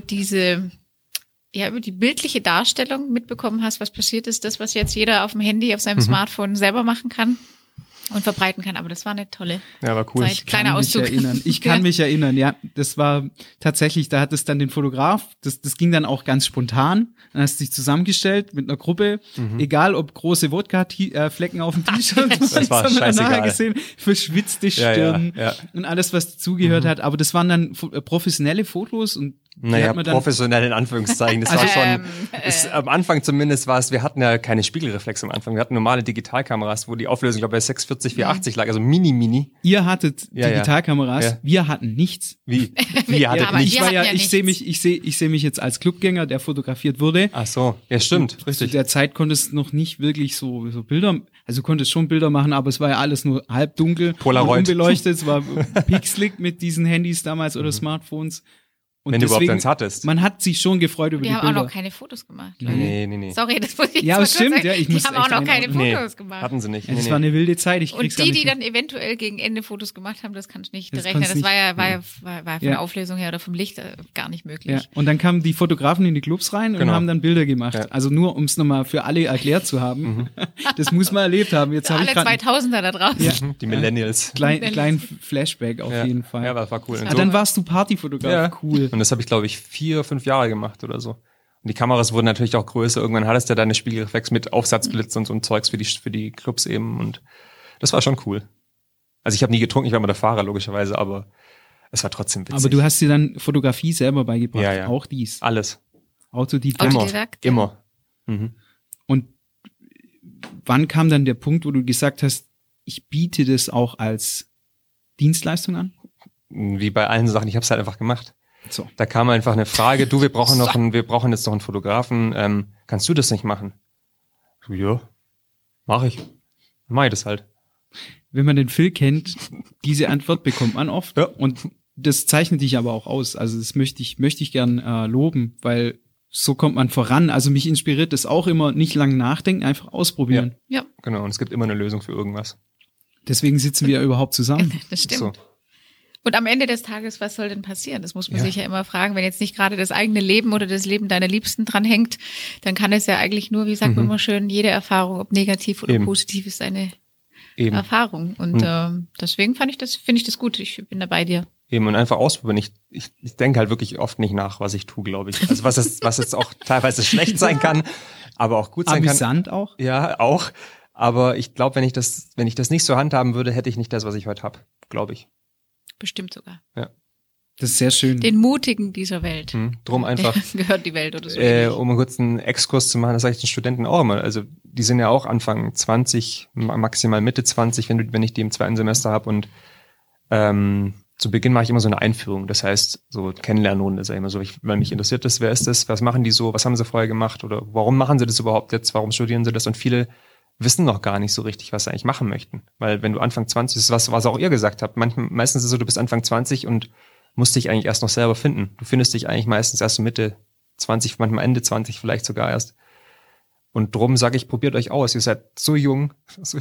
über die bildliche Darstellung mitbekommen hast, was passiert ist, das, was jetzt jeder auf dem Handy, auf seinem Smartphone selber machen kann und verbreiten kann. Aber das war eine tolle Ja, war cool. Zeit. Kleiner kann mich Auszug. erinnern. Ich kann mich erinnern, ja. Das war tatsächlich, da hat es dann den Fotograf, das ging dann auch ganz spontan. Dann hast du dich zusammengestellt mit einer Gruppe, egal ob große Wodka-Flecken auf dem T-Shirt, Das war haben wir dann nachher scheißegal. gesehen, verschwitzte Ja, Stirn ja. und alles, was dazugehört hat. Aber das waren dann professionelle Fotos und die Naja, hat man dann, professionell in Anführungszeichen. Das war schon, am Anfang zumindest war es, wir hatten ja keine Spiegelreflex am Anfang. Wir hatten normale Digitalkameras, wo die Auflösung, glaube ich, bei 640x480 lag, also mini. ihr hattet Ja, ja. Digitalkameras, Ja. wir hatten nichts. Wie? Wie hattet aber nicht? wir hatten ja ich sehe nichts. ich sehe mich jetzt als Clubgänger, der fotografiert wurde. Ach so, ja stimmt, Zu richtig. der Zeit konntest du noch nicht wirklich so Bilder, also du konntest schon Bilder machen, aber es war ja alles nur halbdunkel, Polaroid. unbeleuchtet, es war pixelig mit diesen Handys damals oder Smartphones. Und Wenn du überhaupt eins hattest. Man hat sich schon gefreut über Die die haben auch Bilder. noch keine Fotos gemacht. Nee. Sorry, das muss ich Ja, jetzt aber mal es stimmt, kurz sagen. ja, ich Die muss haben echt auch noch einordnen. keine Nee, Fotos gemacht. hatten sie nicht. Ja, das war eine wilde Zeit, ich krieg's Und gar die, nicht die mehr. dann eventuell gegen Ende Fotos gemacht haben, das kannst du nicht Das rechnen. kannst Das nicht- war von Ja. der Auflösung her oder vom Licht gar nicht möglich. Ja. Und dann kamen die Fotografen in die Clubs rein und Genau. haben dann Bilder gemacht. Ja. Also nur, um es nochmal für alle erklärt zu haben. Das muss man erlebt haben. Jetzt habe Alle ich gerade 2000er da draußen. Ja. Die Millennials. kleinen Flashback auf Ja. jeden Fall. Ja, das war cool. Und Ah, so- dann warst du Partyfotograf. Ja. Cool. Und das habe ich, glaube ich, 4-5 Jahre gemacht oder so. Und die Kameras wurden natürlich auch größer. Irgendwann hattest du ja deine Spiegelreflex mit Aufsatzblitz und so ein Zeugs für die Clubs eben. Und das war schon cool. Also ich habe nie getrunken, ich war immer der Fahrer logischerweise, aber es war trotzdem witzig. Aber du hast dir dann Fotografie selber beigebracht. Ja, ja. Auch dies. alles. Autodidakt. Immer. Autodidakt, ja. Immer. Mhm. Und wann kam dann der Punkt, wo du gesagt hast, ich biete das auch als Dienstleistung an? Wie bei allen Sachen, ich habe es halt einfach gemacht. So. Da kam einfach eine Frage, wir brauchen jetzt noch einen Fotografen, kannst du das nicht machen? Ja, mache ich. Dann mach ich das halt. Wenn man den Phil kennt, diese Antwort bekommt man oft. Ja. Und das zeichnet dich aber auch aus. Also das möchte ich gern loben, weil so kommt man voran. Also mich inspiriert das auch immer, nicht lang nachdenken, einfach ausprobieren. Ja, Genau, und es gibt immer eine Lösung für irgendwas. Deswegen sitzen wir ja überhaupt zusammen. das stimmt. So. Und am Ende des Tages, was soll denn passieren? Das muss man Ja. sich ja immer fragen. Wenn jetzt nicht gerade das eigene Leben oder das Leben deiner Liebsten dran hängt, dann kann es ja eigentlich nur, wie sagt man immer schön, jede Erfahrung, ob negativ oder Eben. positiv, ist eine Eben. Erfahrung. Und deswegen finde ich das gut. Ich bin da bei dir. Eben und einfach ausprobieren. Ich denke halt wirklich oft nicht nach, was ich tue, glaube ich. Also was jetzt auch teilweise schlecht sein kann, aber auch gut sein kann. Amüsant auch. Ja, auch. Aber ich glaube, wenn ich das nicht so handhaben würde, hätte ich nicht das, was ich heute habe, glaube ich. Bestimmt sogar. Das ist sehr schön. Den Mutigen dieser Welt. Drum einfach. Gehört die Welt oder so. Um einen kurzen Exkurs zu machen, das sage ich den Studenten auch immer. Also die sind ja auch Anfang 20, maximal Mitte 20, wenn ich die im zweiten Semester habe. Und zu Beginn mache ich immer so eine Einführung. Das heißt, so Kennenlernrunde, sag ich immer so, weil mich interessiert das, wer ist das, was machen die so, was haben sie vorher gemacht oder warum machen sie das überhaupt jetzt, warum studieren sie das? Und viele wissen noch gar nicht so richtig, was sie eigentlich machen möchten. Weil wenn du Anfang 20 bist, was auch ihr gesagt habt, meistens ist es so, du bist Anfang 20 und musst dich eigentlich erst noch selber finden. Du findest dich eigentlich meistens erst so Mitte 20, manchmal Ende 20 vielleicht sogar erst. Und drum sage ich, probiert euch aus. Ihr seid so jung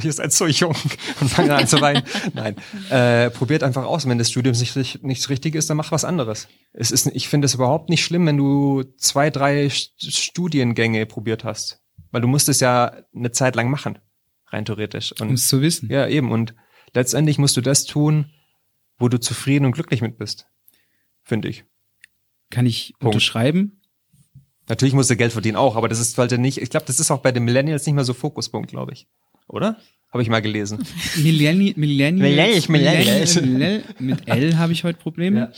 und fangt an zu weinen. Nein, probiert einfach aus. Wenn das Studium nicht richtig ist, dann mach was anderes. Ich finde es überhaupt nicht schlimm, wenn du 2-3 Studiengänge probiert hast. weil du musst es ja eine Zeit lang machen, rein theoretisch. Und Um es zu wissen. ja, eben. Und letztendlich musst du das tun, wo du zufrieden und glücklich mit bist. Finde ich. Kann ich Punkt. unterschreiben? Natürlich musst du Geld verdienen auch, aber das ist halt nicht, ich glaube, das ist auch bei den Millennials nicht mehr so Fokuspunkt, glaube ich. Oder? Habe ich mal gelesen. Millennials. Millennials. Mit L habe ich heute Probleme. Ja.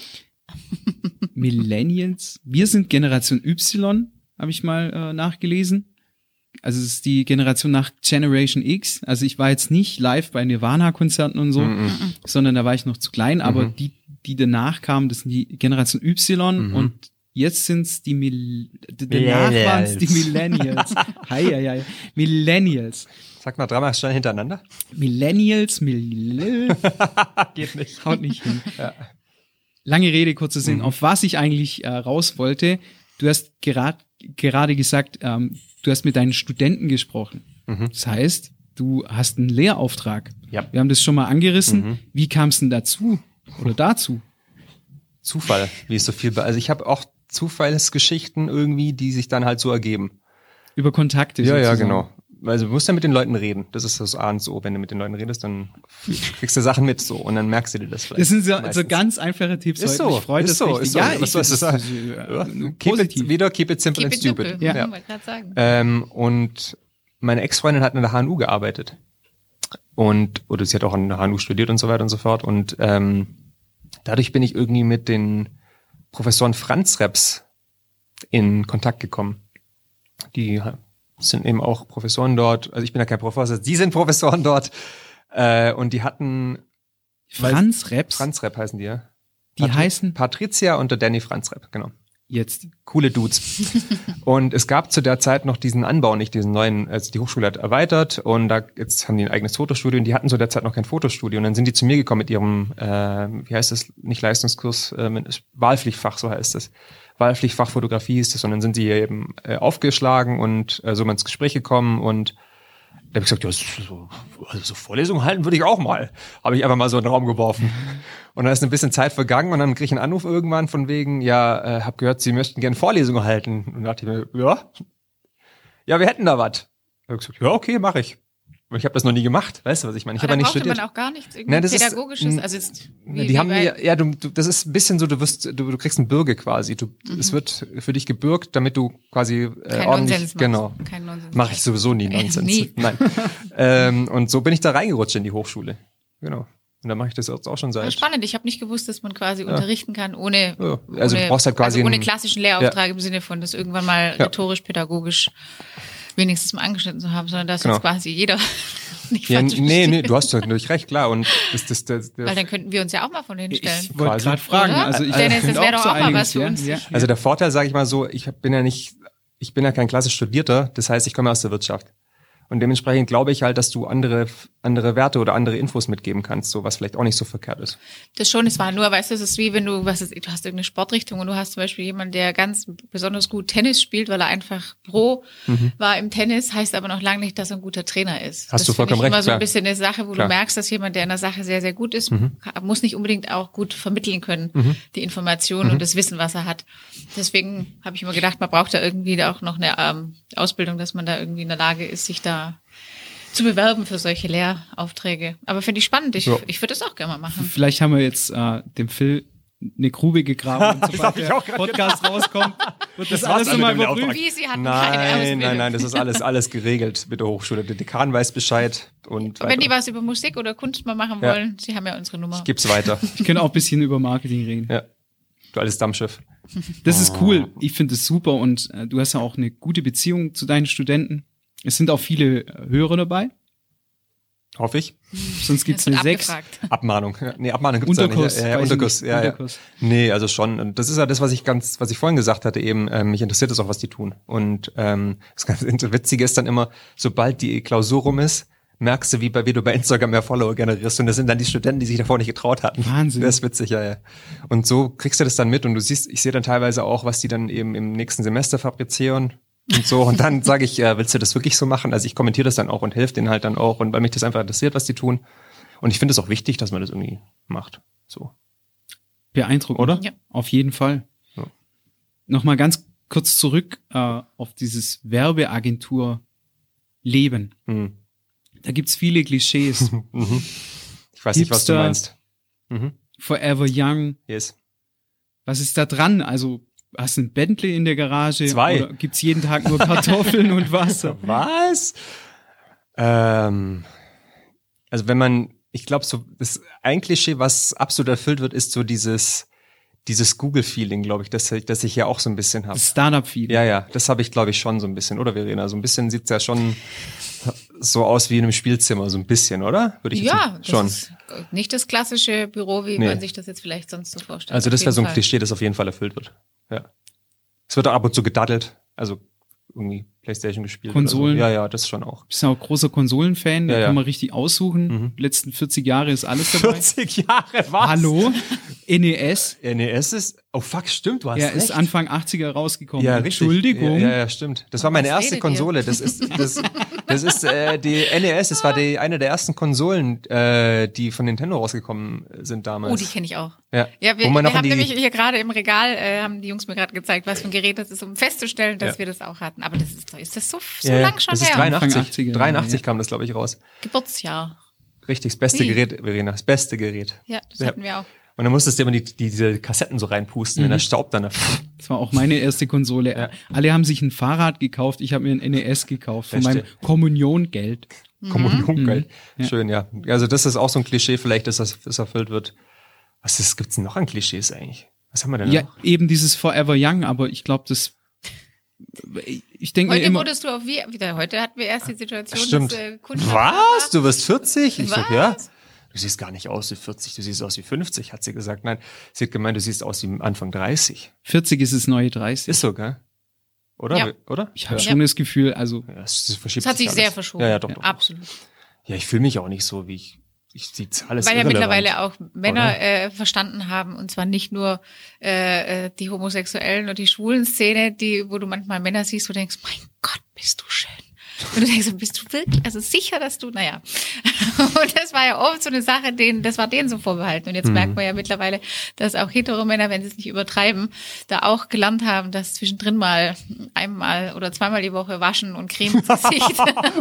Millennials. Wir sind Generation Y, habe ich mal nachgelesen. Also es ist die Generation nach Generation X. Also ich war jetzt nicht live bei Nirvana-Konzerten und so, sondern da war ich noch zu klein. Aber die danach kamen, das sind die Generation Y und jetzt sind's die danach waren es die Millennials. Hei. Millennials. Sag mal dreimal schnell hintereinander. Millennials. Geht nicht. Haut nicht hin. Lange Rede, kurzer Sinn. Auf was ich eigentlich raus wollte, du hast gerade gesagt, du hast mit deinen Studenten gesprochen. Das heißt, du hast einen Lehrauftrag. Ja. Wir haben das schon mal angerissen. Wie kam es denn dazu? Oder dazu? Zufall, wie es so viel, also ich habe auch Zufallsgeschichten irgendwie, die sich dann halt so ergeben. Über Kontakte Ja, sozusagen. genau. Also du musst ja mit den Leuten reden. Das ist das A und so. Wenn du mit den Leuten redest, dann kriegst du Sachen mit so und dann merkst du dir das vielleicht. Das sind so meistens. ganz einfache Tipps. Ist heute. so, Mich freut ist das so, richtig. ist so. Ja, Was soll ich sagen? positiv. Keep it simple Keep and it stupid. simple, Ja. wollte ich gerade sagen. Und meine Ex-Freundin hat an der HNU gearbeitet. Oder sie hat auch an der HNU studiert und so weiter und so fort. Und dadurch bin ich irgendwie mit den Professoren Franz Reps in Kontakt gekommen. Die sind eben auch Professoren dort. Also ich bin ja kein Professor, die sind Professoren dort. Und die hatten Franz Reps, Franz Rep heißen die, ja. die heißen Patricia und der Danny Franz Rep, genau. jetzt. Coole Dudes. Und es gab zu der Zeit noch diesen Anbau, nicht diesen neuen, also die Hochschule hat erweitert und jetzt haben die ein eigenes Fotostudio und die hatten zu der Zeit noch kein Fotostudio und dann sind die zu mir gekommen mit ihrem, wie heißt das, nicht Leistungskurs, Wahlpflichtfach, so heißt das. Wahlpflichtfach Fotografie ist das und dann sind die eben aufgeschlagen und so mal ins Gespräch gekommen und da habe ich gesagt, ja, so Vorlesungen halten würde ich auch mal. Habe ich einfach mal so in den Raum geworfen. Und dann ist ein bisschen Zeit vergangen und dann kriege ich einen Anruf irgendwann von wegen, hab gehört, Sie möchten gerne Vorlesungen halten. Und dann dachte ich mir, ja, wir hätten da was. Da habe ich gesagt, ja, okay, mache ich. Ich habe das noch nie gemacht, weißt du, was ich meine? Ich habe ja nicht studiert. Man auch gar nichts Pädagogisches. Also jetzt, die haben das ist ein bisschen so, du kriegst ein Bürge quasi. Es wird für dich gebürgt, damit du quasi kein ordentlich, Nonsens genau. Kein Nonsens. Mache ich sowieso nie Nonsens. Nie. Nein. Und so bin ich da reingerutscht in die Hochschule. Genau. Und dann mache ich das jetzt auch schon seit. Spannend. Ich habe nicht gewusst, dass man quasi unterrichten kann ohne, Also du brauchst halt quasi ohne klassischen Lehrauftrag im Sinne von das irgendwann mal Ja. rhetorisch, pädagogisch wenigstens mal angeschnitten zu haben, sondern dass Genau. jetzt quasi jeder nicht Ja, falsch nee, versteht. du hast natürlich recht, klar. Und Weil dann könnten wir uns ja auch mal von denen stellen. Ich wollte Quasi. gerade fragen. Oder? Also ich Dennis, finde das wäre doch so auch mal einiges, was für uns. Ja. also der Vorteil, sage ich mal so, ich bin ja kein klassisch Studierter, das heißt, ich komme aus der Wirtschaft. Und dementsprechend glaube ich halt, dass du andere Werte oder andere Infos mitgeben kannst, so was vielleicht auch nicht so verkehrt ist. Das schon, es war nur, weißt du, es ist wie wenn du hast irgendeine Sportrichtung und du hast zum Beispiel jemanden, der ganz besonders gut Tennis spielt, weil er einfach Pro war im Tennis, heißt aber noch lange nicht, dass er ein guter Trainer ist. Hast du vollkommen Das finde ich recht, immer so ein klar. bisschen eine Sache, wo Klar. du merkst, dass jemand, der in der Sache sehr, sehr gut ist, muss nicht unbedingt auch gut vermitteln können, die Informationen und das Wissen, was er hat. Deswegen habe ich immer gedacht, man braucht da irgendwie auch noch eine Ausbildung, dass man da irgendwie in der Lage ist, sich da zu bewerben für solche Lehraufträge. Aber finde ich spannend. Ich würde das auch gerne mal machen. Vielleicht haben wir jetzt dem Phil eine Grube gegraben und sobald der Podcast rauskommt, wird das alles dann nochmal mit dem überprüft. Wie, Sie hatten keine Ausbildung. Nein, das ist alles geregelt mit der Hochschule. Der Dekan weiß Bescheid und Wenn die was über Musik oder Kunst mal machen Ja. wollen, Sie haben ja unsere Nummer. gib's weiter. Ich kann auch ein bisschen über Marketing reden. Ja. Du altes Dampfschiff. Das ist cool. Ich finde es super und du hast ja auch eine gute Beziehung zu deinen Studenten. Es sind auch viele Hörer dabei. Hoffe ich. Sonst gibt's Jetzt wird eine 6. abgefragt. Abmahnung. Nee, Abmahnung gibt's ja Unterkurs. nicht. Ja, weiß ich Unterkurs. nicht. Ja. Unterkurs. Nee, also schon. Und das ist ja das, was ich vorhin gesagt hatte eben. Mich interessiert es auch, was die tun. Und das ganz Witzige ist dann immer, sobald die Klausur rum ist, merkst du, wie du bei Instagram mehr Follower generierst. Und das sind dann die Studenten, die sich davor nicht getraut hatten. Wahnsinn. Das ist witzig, ja. Und so kriegst du das dann mit und du siehst, ich sehe dann teilweise auch, was die dann eben im nächsten Semester fabrizieren und so. Und dann sage ich, willst du das wirklich so machen? Also ich kommentiere das dann auch und helfe denen halt dann auch. Und weil mich das einfach interessiert, was die tun. Und ich finde es auch wichtig, dass man das irgendwie macht. So. Beeindruckend. Oder? Ja. Auf jeden Fall. Ja. Nochmal ganz kurz zurück auf dieses Werbeagentur Leben. Da gibt's viele Klischees. Ich weiß nicht, was du Hipster. meinst. Forever young. Yes. Was ist da dran? Also, hast du ein Bentley in der Garage? 2. Oder gibt's jeden Tag nur Kartoffeln und Wasser? Was? Also wenn man, ich glaube, so das ein Klischee, was absolut erfüllt wird, ist so dieses Google-Feeling, glaube ich, das ich ja auch so ein bisschen habe. Das Startup-Feeling. Ja, das habe ich, glaube ich, schon so ein bisschen, oder Verena? So ein bisschen sieht's ja schon so aus wie in einem Spielzimmer, so ein bisschen, oder? Würde ich jetzt Ja, das schon. ist nicht das klassische Büro, wie Nee. man sich das jetzt vielleicht sonst so vorstellt. Also das Auf wäre so ein jeden Fall. Klischee, das auf jeden Fall erfüllt wird. Ja. Es wird auch ab und zu gedaddelt, also irgendwie PlayStation gespielt. Konsolen. Oder so. Ja, das schon auch. Bist du auch großer Konsolenfan? Da Ja, ja. kann man richtig aussuchen. Die letzten 40 Jahre ist alles dabei. 40 Jahre, was? Hallo? NES? NES ist, oh fuck, stimmt, du hast Ja, recht. ist Anfang 80er rausgekommen. Ja, richtig. Entschuldigung. Ja, stimmt. Das war meine Was erste redet Konsole. Das ist die NES. Das war eine der ersten Konsolen, die von Nintendo rausgekommen sind damals. Oh, die kenne ich auch. Ja, Ja, wir Wo man noch haben in die- nämlich hier gerade im Regal, haben die Jungs mir gerade gezeigt, was für ein Gerät das ist, um festzustellen, dass Ja. wir das auch hatten. Aber das ist das so Ja, lang schon das ist her? 83. Anfang 80er, 83 ja. kam das, glaube ich, raus. Geburtsjahr. Richtig, das beste Wie? Gerät, Verena. Das beste Gerät. Ja, das Ja. hatten wir auch. Und dann musstest du immer diese Kassetten so reinpusten, wenn der Staub dann. Das war auch meine erste Konsole. Ja. Alle haben sich ein Fahrrad gekauft. Ich habe mir ein NES gekauft von meinem Verstehe. Kommuniongeld. Kommuniongeil. Ja. Schön, ja. Also das ist auch so ein Klischee, vielleicht, dass das erfüllt wird. Gibt's denn noch an Klischees eigentlich? Was haben wir denn Ja, noch? eben dieses Forever Young, aber ich glaube, ich denke mir Heute immer, wurdest du auf wieder. Heute hatten wir erst die Situation, Stimmt. dass Kunden. Was? Du wirst 40? Ich sag, Was? ja. Du siehst gar nicht aus wie 40, du siehst aus wie 50, hat sie gesagt. Nein, sie hat gemeint, du siehst aus wie Anfang 30. 40 ist das neue 30. Ist so, gell? Oder? Ja. Oder? Ich habe ja. schon das Gefühl, also Ja, es verschiebt Das hat sich alles. sehr verschoben. Ja, doch. Absolut. Ja, ich fühle mich auch nicht so, wie ich sehe alles Weil ja irrelevant. mittlerweile auch Männer verstanden haben, und zwar nicht nur die Homosexuellen und die schwulen Szene, wo du manchmal Männer siehst, wo du denkst, mein Gott, bist du schön. Und du denkst, bist du wirklich, also sicher, dass du, naja. Und das war ja oft so eine Sache, das war denen so vorbehalten. Und jetzt merkt man ja mittlerweile, dass auch Heteromänner, wenn sie es nicht übertreiben, da auch gelernt haben, dass zwischendrin mal einmal oder zweimal die Woche waschen und Creme ins Gesicht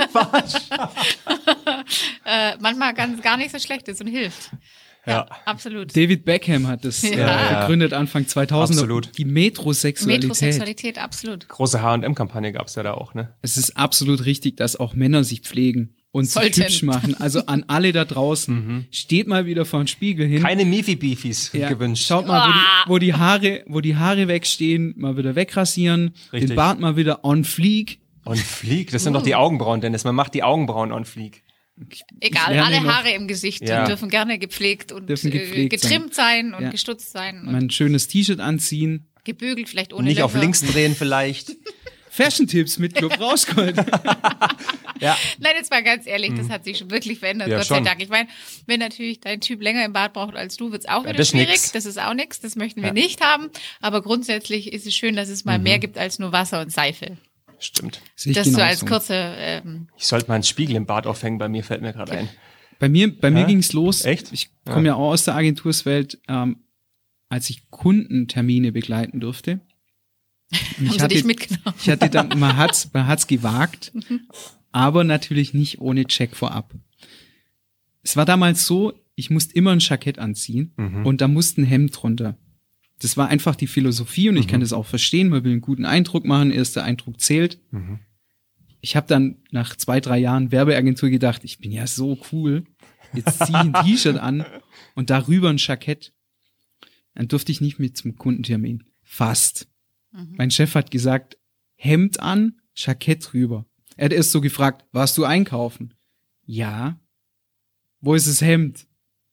manchmal gar nicht so schlecht ist und hilft. Ja. Absolut. David Beckham hat das Ja. begründet Anfang 2000er. Absolut. Die Metrosexualität. Metrosexualität, absolut. Große H&M-Kampagne gab's ja da auch, ne? Es ist absolut richtig, dass auch Männer sich pflegen und sich Sollten. hübsch machen. Also an alle da draußen, steht mal wieder vor den Spiegel hin. Keine Mifi-Beefies Ja, gewünscht. Schaut mal, wo die Haare wegstehen, mal wieder wegrasieren, Richtig. den Bart mal wieder on fleek. On fleek, das sind doch die Augenbrauen, Dennis. Man macht die Augenbrauen on fleek. Egal, lerne alle noch. Haare im Gesicht Ja. dürfen gerne gepflegt und Dürfen gepflegt getrimmt sein und Ja. gestutzt sein und Mal ein schönes T-Shirt anziehen. gebügelt, vielleicht ohne Nicht auf Löcher. links drehen vielleicht. Fashion-Tipps mit Club Rauschgold. Ja. Nein, jetzt mal ganz ehrlich, das hat sich schon wirklich verändert, Ja, Gott sei schon. Dank. Ich meine, wenn natürlich dein Typ länger im Bad braucht als du, wird's auch wieder das ist schwierig. nix. Das ist auch nichts, das möchten wir nicht haben. Aber grundsätzlich ist es schön, dass es mal mehr gibt als nur Wasser und Seife. Stimmt. Sehe ich Das so genauso. als kurze Ich sollte mal einen Spiegel im Bad aufhängen, bei mir fällt mir gerade ein. Bei mir Ja? ging's los. Echt? Ich komme ja auch aus der Agenturswelt, als ich Kundentermine begleiten durfte. Und Haben sie dich mitgenommen? Ich hatte dann, man hat's gewagt, aber natürlich nicht ohne Check vorab. Es war damals so, ich musste immer ein Jackett anziehen und da musste ein Hemd drunter. Das war einfach die Philosophie und ich kann das auch verstehen. Man will einen guten Eindruck machen, erster Eindruck zählt. Ich habe dann nach 2-3 Jahren Werbeagentur gedacht, ich bin ja so cool. Jetzt zieh ich ein T-Shirt an und darüber ein Jackett. Dann durfte ich nicht mit zum Kundentermin. Fast. Mein Chef hat gesagt, Hemd an, Jackett drüber. Er hat erst so gefragt, warst du einkaufen? Ja. Wo ist das Hemd?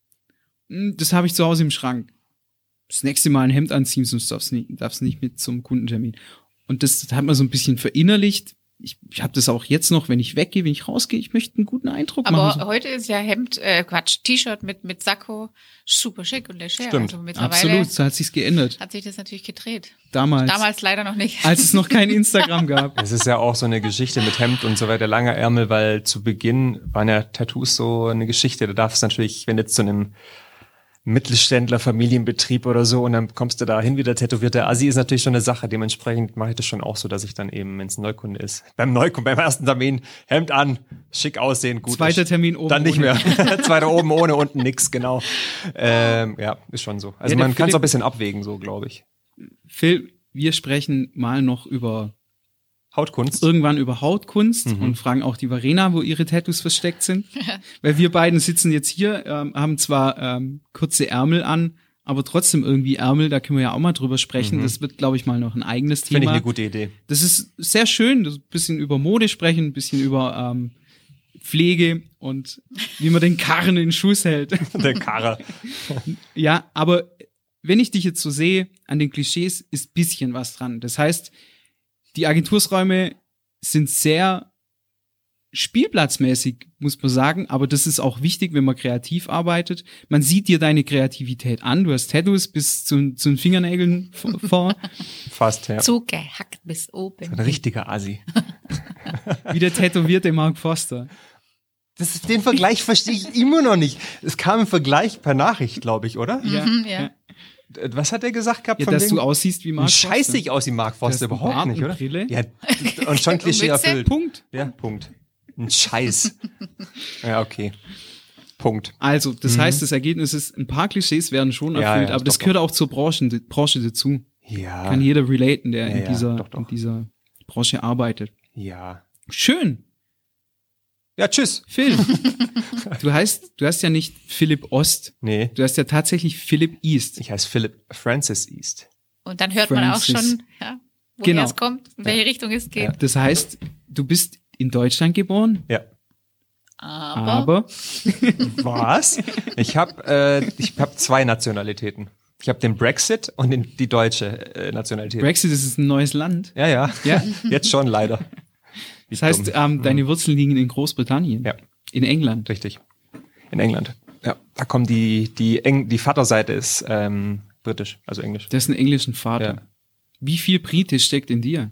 Das habe ich zu Hause im Schrank. Das nächste Mal ein Hemd anziehen, sonst darfst nicht mit zum Kundentermin. Und das hat man so ein bisschen verinnerlicht. Ich habe das auch jetzt noch, wenn ich weggehe, wenn ich rausgehe, ich möchte einen guten Eindruck Aber machen. heute ist ja T-Shirt mit Sakko super schick und leger. Stimmt. Also mittlerweile Absolut, so hat sich's geändert. hat sich das natürlich gedreht. Damals Leider noch nicht. als es noch kein Instagram gab. Es ist ja auch so eine Geschichte mit Hemd und so weiter, langer Ärmel, weil zu Beginn waren ja Tattoos so eine Geschichte. Da darf es natürlich, wenn du jetzt zu einem Mittelständler, Familienbetrieb oder so und dann kommst du da hin, wieder tätowierter Assi, ist natürlich schon eine Sache. Dementsprechend mache ich das schon auch so, dass ich dann eben, wenn es ein Neukunde ist, beim ersten Termin, Hemd an, schick aussehen, gut. Zweiter Termin oben dann nicht ohne. mehr. Zweiter oben ohne, unten nix, genau. Ja, ist schon so. Also Ja, man kann es Philipp- auch ein bisschen abwägen, so glaube ich. Phil, wir sprechen mal noch über Hautkunst. irgendwann über Hautkunst und fragen auch die Verena, wo ihre Tattoos versteckt sind. Weil wir beiden sitzen jetzt hier, haben zwar kurze Ärmel an, aber trotzdem irgendwie Ärmel, da können wir ja auch mal drüber sprechen. Das wird, glaube ich, mal noch ein eigenes Thema. Finde ich eine gute Idee. Das ist sehr schön, ein bisschen über Mode sprechen, ein bisschen über Pflege und wie man den Karren in den Schuss hält. Der Karre. Ja, aber wenn ich dich jetzt so sehe, an den Klischees ist bisschen was dran. Das heißt, die Agentursräume sind sehr spielplatzmäßig, muss man sagen, aber das ist auch wichtig, wenn man kreativ arbeitet. Man sieht dir deine Kreativität an, du hast Tattoos bis zu den Fingernägeln vor, Fast, ja. Zugehackt bis oben. Ein richtiger Assi. wie der tätowierte Mark Foster. Den Vergleich verstehe ich immer noch nicht. Es kam ein Vergleich per Nachricht, glaube ich, oder? Ja. Was hat er gesagt gehabt? Ja, von dass wegen? du aussiehst wie Mark Foster. Scheiße ich aus wie Mark Foster Du hast einen überhaupt Bart nicht, und oder? Brille. Ja, und schon Klischee Mütze? erfüllt. Punkt. Ja, Punkt. Ein Scheiß. Ja, okay. Punkt. Also, das heißt, das Ergebnis ist, ein paar Klischees werden schon Ja, erfüllt, ja, aber das doch, gehört auch zur Branche dazu. Ja. Kann jeder relaten, der Ja, in ja, doch, doch. in dieser Branche arbeitet. Ja. Schön. Ja, tschüss. Phil, du heißt ja nicht Philipp Ost, Nee. du heißt ja tatsächlich Philipp East. Ich heiße Philip Francis East. Und dann hört man auch Francis. schon, ja, woher Genau. es kommt, in welche Richtung es geht. Ja. Das heißt, du bist in Deutschland geboren, Ja. aber Was? Ich habe zwei Nationalitäten. Ich habe den Brexit und die deutsche Nationalität. Brexit ist ein neues Land. Ja, ja. Ja. Jetzt schon leider. Wie Das heißt, dumm. deine Wurzeln liegen in Großbritannien, Ja. in England. Richtig. In England. Ja. Da kommen die Vaterseite ist britisch, also Englisch. Du hast einen englischen Vater. Ja. Wie viel Britisch steckt in dir?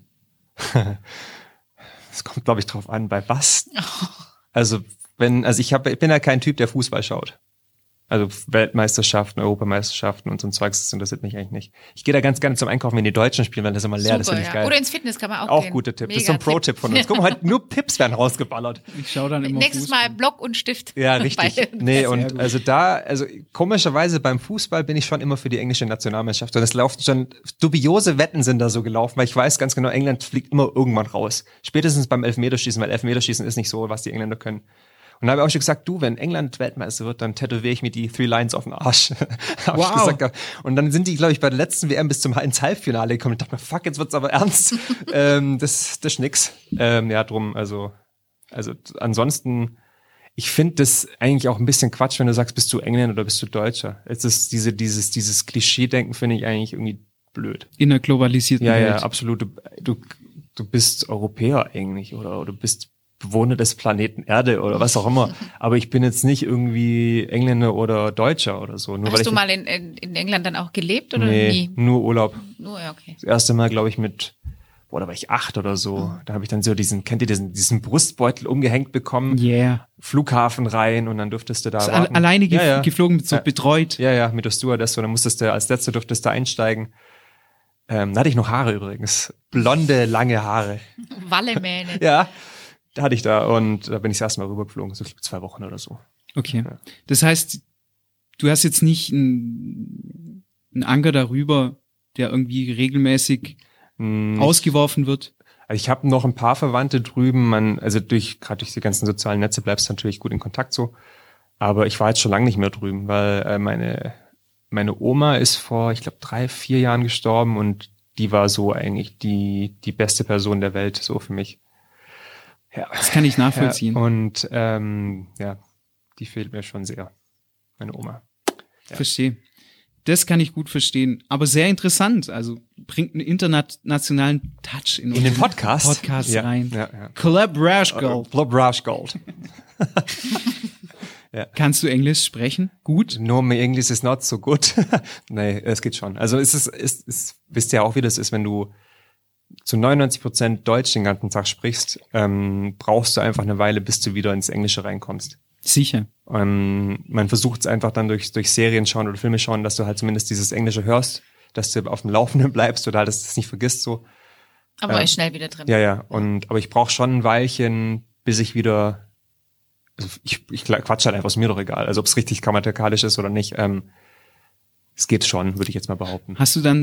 Es kommt, glaube ich, drauf an, bei was. Also ich bin ja kein Typ, der Fußball schaut. Also Weltmeisterschaften, Europameisterschaften und so ein Zeugs, das interessiert mich eigentlich nicht. Ich gehe da ganz gerne zum Einkaufen, wenn die Deutschen spielen, weil das ist immer leer, das finde ich ja. geil. Oder ins Fitness kann man auch Auch gehen. guter Tipp. Das ist Mega so ein Pro-Tipp von uns. Guck mal, heute nur Pips werden rausgeballert. Ich schaue dann immer Nächstes Fußball. Mal Block und Stift. Ja, richtig. Bei- Nee, Sehr und gut. also komischerweise beim Fußball bin ich schon immer für die englische Nationalmannschaft. Und es laufen schon dubiose Wetten sind da so gelaufen, weil ich weiß ganz genau, England fliegt immer irgendwann raus. Spätestens beim Elfmeterschießen, weil Elfmeterschießen ist nicht so, was die Engländer können. Und da habe ich auch schon gesagt, du, wenn England Weltmeister wird, dann tätowiere ich mir die 3 Lines auf den Arsch. Hab Wow. ich gesagt. Und dann sind die, glaube ich, bei der letzten WM bis ins Halbfinale gekommen. Ich dachte mir, fuck, jetzt wird's aber ernst. Das ist nix. Ja, drum, also ansonsten, ich finde das eigentlich auch ein bisschen Quatsch, wenn du sagst, bist du Engländer oder bist du Deutscher. Es ist dieses Klischee-Denken finde ich eigentlich irgendwie blöd. In der globalisierten Ja, Welt. ja, absolut. Du bist Europäer eigentlich oder du bist Bewohner des Planeten Erde oder was auch immer. Aber ich bin jetzt nicht irgendwie Engländer oder Deutscher oder so. Nur weil Hast ich du mal in England dann auch gelebt oder nee, nie? nur Urlaub. Nur, ja, okay. Das erste Mal, glaube ich, da war ich 8 oder so. Da habe ich dann so kennt ihr diesen Brustbeutel umgehängt bekommen, Yeah. Flughafen rein und dann durftest du da Ist warten. alleine ja. geflogen, so Ja. betreut. Ja, mit der Stewardess. Und dann musstest du als Letzter durftest du einsteigen. Da hatte ich noch Haare übrigens. Blonde, lange Haare. Wallemähne. Ja, da hatte ich da und da bin ich das erste Mal rübergeflogen, so 2 Wochen oder so. Okay. Das heißt, du hast jetzt nicht einen Anker darüber, der irgendwie regelmäßig ausgeworfen wird. Also ich habe noch ein paar Verwandte drüben, gerade durch die ganzen sozialen Netze bleibst du natürlich gut in Kontakt so. Aber ich war jetzt schon lange nicht mehr drüben, weil meine Oma ist vor, ich glaube, 3-4 Jahren gestorben und die war so eigentlich die beste Person der Welt, so für mich. Ja. Das kann ich nachvollziehen. Ja, und die fehlt mir schon sehr, meine Oma. Ja. Verstehe. Das kann ich gut verstehen. Aber sehr interessant. Also bringt einen internationalen Touch in In den unseren Podcast rein. Ja. Club Rash Gold. Club Rush Gold. Kannst du Englisch sprechen? Gut? No, my English is not so good. Nee, es geht schon. Also wisst ihr auch, wie das ist, wenn du zu 99% Deutsch den ganzen Tag sprichst, brauchst du einfach eine Weile, bis du wieder ins Englische reinkommst. Sicher. Man versucht es einfach dann durch Serien schauen oder Filme schauen, dass du halt zumindest dieses Englische hörst, dass du auf dem Laufenden bleibst oder halt, dass du es nicht vergisst so. Aber war ich schnell wieder drin. Ja. Aber ich brauche schon ein Weilchen, bis ich wieder, also ich quatsch halt einfach, ist mir doch egal. Also ob es richtig grammatikalisch ist oder nicht. Es geht schon, würde ich jetzt mal behaupten.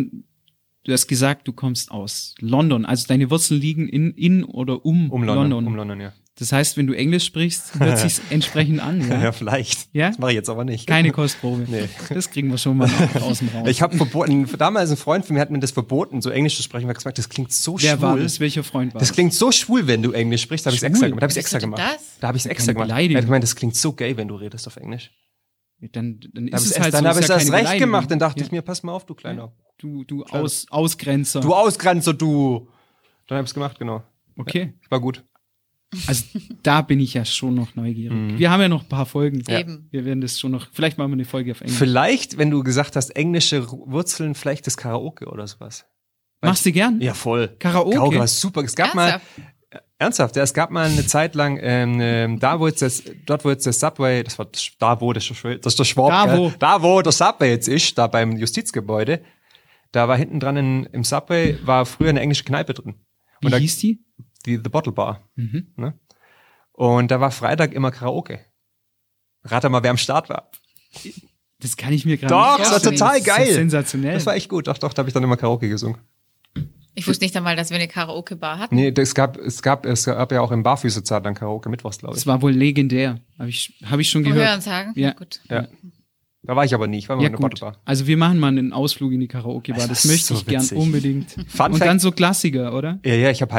Du hast gesagt, du kommst aus London. Also deine Wurzeln liegen in oder um London. Um London, ja. Das heißt, wenn du Englisch sprichst, hört sich's entsprechend an. Ja, Ja, vielleicht. Ja? Das mache ich jetzt aber nicht. Keine Kostprobe. Nee. Das kriegen wir schon mal aus dem Raum. Ich habe verboten, damals ein Freund von mir hat mir das verboten, so Englisch zu sprechen, weil er gesagt, das klingt so Wer schwul. war das? Welcher Freund war Das klingt so schwul, wenn du Englisch sprichst. Da habe ich extra Schwul? gemacht. Da habe ich Bist extra du gemacht. das? Da habe ich es extra Keine gemacht. Beleidigung. Er hat gemeint, das klingt so gay, wenn du redest auf Englisch. Dann Da ist es hab halt dann so. habe ich ist es ja erst keine recht Beleidigung. gemacht. Dann dachte Ja. ich mir, pass mal auf, du Kleiner. Du Ausgrenzer. Du Ausgrenzer, du. Dann habe ich es gemacht, genau. Okay. War gut. Also da bin ich ja schon noch neugierig. Wir haben ja noch ein paar Folgen. Eben. Wir werden das schon noch, vielleicht machen wir eine Folge auf Englisch. Vielleicht, wenn du gesagt hast, englische Wurzeln, vielleicht das Karaoke oder sowas. Machst du gern? Ja, voll. Karaoke? Karaoke war super. Es gab Ernsthaft? ja, es gab mal eine Zeit lang, dort wo jetzt das Subway, das ist der Schwab, da wo der Subway jetzt ist, da beim Justizgebäude, da war hinten dran im Subway, war früher eine englische Kneipe drin. Und Wie hieß die? The Bottle Bar. Ne? Und da war Freitag immer Karaoke. Rate mal, wer am Start war. Das kann ich mir gerade Doch, nicht das war vorstellen. total Das ist geil. sensationell. Das war echt gut. Doch, da habe ich dann immer Karaoke gesungen. Ich wusste nicht einmal, dass wir eine Karaoke-Bar hatten. Nee, es gab ja auch im Barfüßerzeit dann Karaoke mittwochs, glaube ich. Das war wohl legendär. Hab ich schon Vom gehört. Hören sagen? Ja. Gut. Ja. Da war ich aber nie. Ich war immer Ja, in der gut. Bottle Bar. Also wir machen mal einen Ausflug in die Karaoke-Bar. Das Das war möchte so ich gern witzig. unbedingt. Fun Und Fact. dann so Klassiker, oder? Ja, ich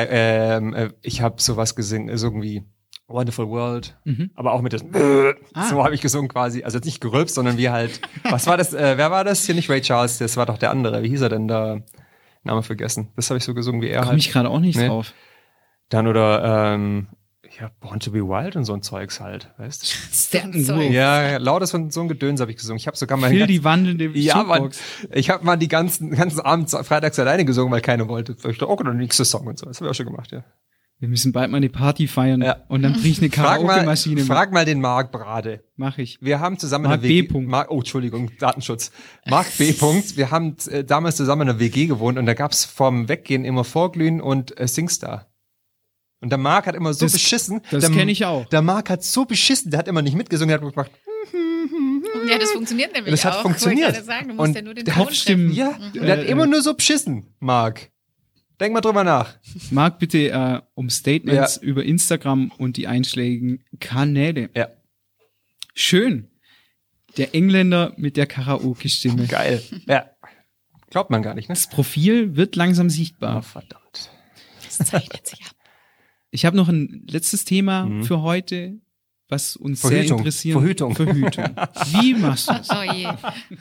habe sowas gesungen, so irgendwie Wonderful World, aber auch mit das so habe ich gesungen quasi, also jetzt nicht gerülpst, sondern wie halt, was war das, wer war das? Hier nicht Ray Charles, das war doch der andere, wie hieß er denn da? Name vergessen. Das habe ich so gesungen wie er Komme halt. ich gerade auch nicht Nee. drauf. Dann oder, Born to be Wild und so ein Zeugs halt, weißt du? Steppenzeug. Ja, lautes von so ein Gedöns habe ich gesungen. Ich habe sogar mal Phil, die wandelnde ja, Mann. Jukebox. Ich habe mal die ganzen Abend freitags alleine gesungen, weil keiner wollte. Ich dachte, okay, dann nächster Song und so. Das habe ich auch schon gemacht, ja. Wir müssen bald mal eine Party feiern Ja. und dann bringe ich eine Karaoke-Maschine mit. Frag mal den Marc Brade. Mach ich. Wir haben zusammen Marc eine WG. B. Entschuldigung, Datenschutz. Marc B. Wir haben damals zusammen in einer WG gewohnt und da gab's vorm Weggehen immer Vorglühen und Singstar. Und der Marc hat immer so beschissen. Das kenne ich auch. Der Marc hat so beschissen, der hat immer nicht mitgesungen, der hat gemacht, Ja, das funktioniert nämlich das hat auch. funktioniert. Wollte ich gerade sagen, du musst Und ja nur den der Ton Hauptstimmen. treffen. ja, der hat immer nur so beschissen, Marc. Denk mal drüber nach. Marc, bitte um Statements über Instagram und die einschlägigen Kanäle. Ja. Schön. Der Engländer mit der Karaoke-Stimme. Geil. Ja. Glaubt man gar nicht, ne? Das Profil wird langsam sichtbar. Oh, verdammt. Das zeichnet sich ab. Ich habe noch ein letztes Thema für heute, was uns sehr Verhütung. interessiert. Verhütung. Wie machst du das? Oh je.